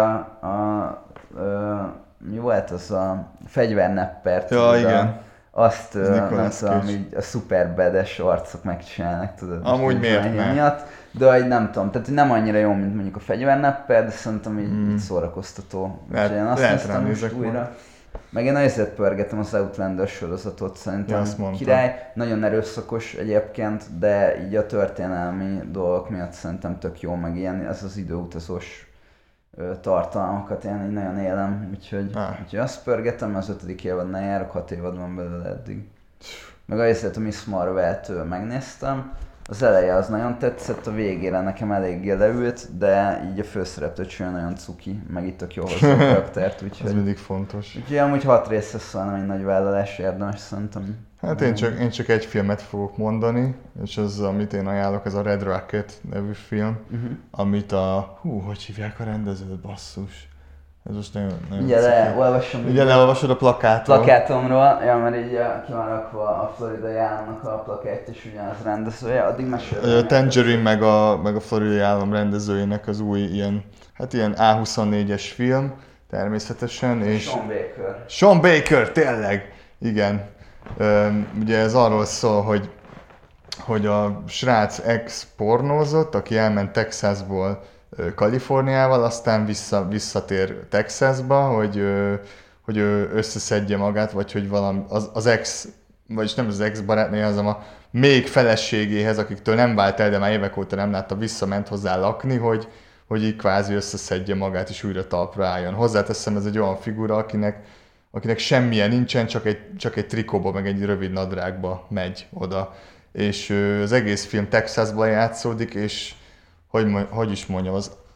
[SPEAKER 2] mi volt az a fegyverneppert, azt nem tudom, így a szuperbades arcok megcsinálnak, tudod.
[SPEAKER 3] Amúgy miért ne?
[SPEAKER 2] Miatt, de hogy nem tudom, tehát nem annyira jó, mint mondjuk a fegyvernepper, de szerintem így szórakoztató. Úgyhogy én azt néztem most újra. Meg én azért pörgetem az Outlander sorozatot, szerintem király, nagyon erőszakos egyébként, de így a történelmi dolgok miatt szerintem tök jó, meg ilyen, ez az időutazós tartalmakat én így nagyon élem, úgyhogy azt pörgetem, az 5. évadnál járok, 6 évad van belőle eddig. Meg azért a Miss Marvel-t megnéztem, az eleje az nagyon tetszett, a végére nekem eléggé leült, de így a főszereplő csinál nagyon cuki, meg itt tök jó hozzá a karaktert, úgyhogy...
[SPEAKER 3] Ez mindig fontos.
[SPEAKER 2] Úgyhogy amúgy 6 rész lesz, szóval nem egy nagy vállalás, érdemes szerintem.
[SPEAKER 3] Hát én csak egy filmet fogok mondani, és az, amit én ajánlok, ez a Red Rocket nevű film, amit hogy hívják a rendezőt, basszus. Ez most nagyon
[SPEAKER 2] ugye
[SPEAKER 3] leolvasod a
[SPEAKER 2] plakátomról, ja, mert így ki van rakva a Floridai államnak a plakát, és ugyanaz rendezője, addig mesélve.
[SPEAKER 3] Tangerine meg a Floridai állam rendezőjének az új ilyen A24-es film, természetesen. És Sean Baker, tényleg! Igen. Ugye ez arról szól, hogy a srác ex-pornózott, aki elment Texasból Kaliforniával, aztán visszatér Texasba, hogy ő összeszedje magát, vagy hogy valami az ex, vagyis nem az ex barátnője, hanem a még feleségéhez, akiktől nem vált el, de már évek óta nem látta, visszament hozzá lakni, hogy így kvázi összeszedje magát és újra talpra álljon. Hozzáteszem, ez egy olyan figura, akinek semmilyen nincsen, csak egy trikóba, meg egy rövid nadrágba megy oda. És az egész film Texasban játszódik, és hogy is mondjam,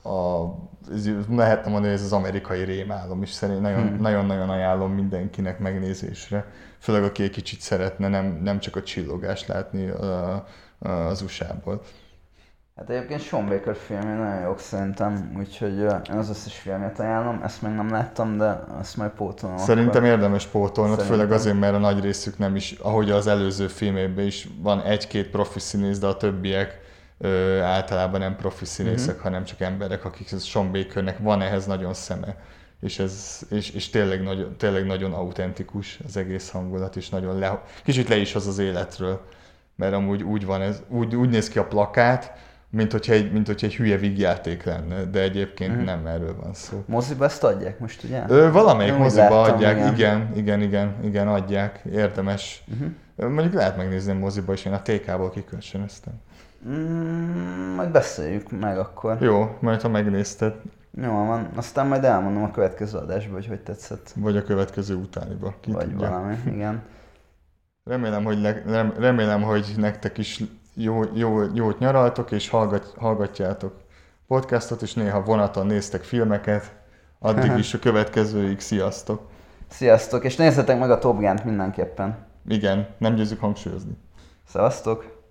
[SPEAKER 3] lehetne mondani, hogy ez az amerikai rémálom is, szerintem nagyon-nagyon ajánlom mindenkinek megnézésre. Főleg aki egy kicsit szeretne nem csak a csillogást látni az USA-ból.
[SPEAKER 2] Hát egyébként Sean Baker filmje nagyon jók szerintem, úgyhogy én az összes filmjét ajánlom, ezt még nem láttam, de azt majd pótolom.
[SPEAKER 3] Szerintem érdemes pótolnod, főleg azért, mert a nagy részük nem is, ahogy az előző filmében is van egy-két profi színész, de a többiek általában nem profi színészek, hanem csak emberek, akik Sean Bakernek van ehhez nagyon szeme. És tényleg nagyon autentikus az egész hangulat, és nagyon kicsit le is hoz az életről. Mert amúgy úgy van ez, úgy néz ki a plakát, mint hogyha egy hülye vígjáték lenne, de egyébként nem erről van szó.
[SPEAKER 2] Moziba ezt adják most, ugye?
[SPEAKER 3] Valamelyik moziba adják, igen, adják, érdemes. Mondjuk lehet megnézni a moziba, és én a TK-ból kikölcsönöztem.
[SPEAKER 2] Majd beszéljük meg akkor.
[SPEAKER 3] Jó, majd ha megnézted.
[SPEAKER 2] Jó van, aztán majd elmondom a következő adásban, hogy tetszett.
[SPEAKER 3] Vagy a következő utániba, ki
[SPEAKER 2] vagy
[SPEAKER 3] tudja.
[SPEAKER 2] Valami, igen.
[SPEAKER 3] Remélem, hogy nektek is jót nyaraltok, és hallgatjátok podcastot, és néha vonaton néztek filmeket. Addig is a következőig, sziasztok!
[SPEAKER 2] Sziasztok, és nézzetek meg a Top Gun-t mindenképpen.
[SPEAKER 3] Igen, nem győzzük hangsúlyozni.
[SPEAKER 2] Szevasztok!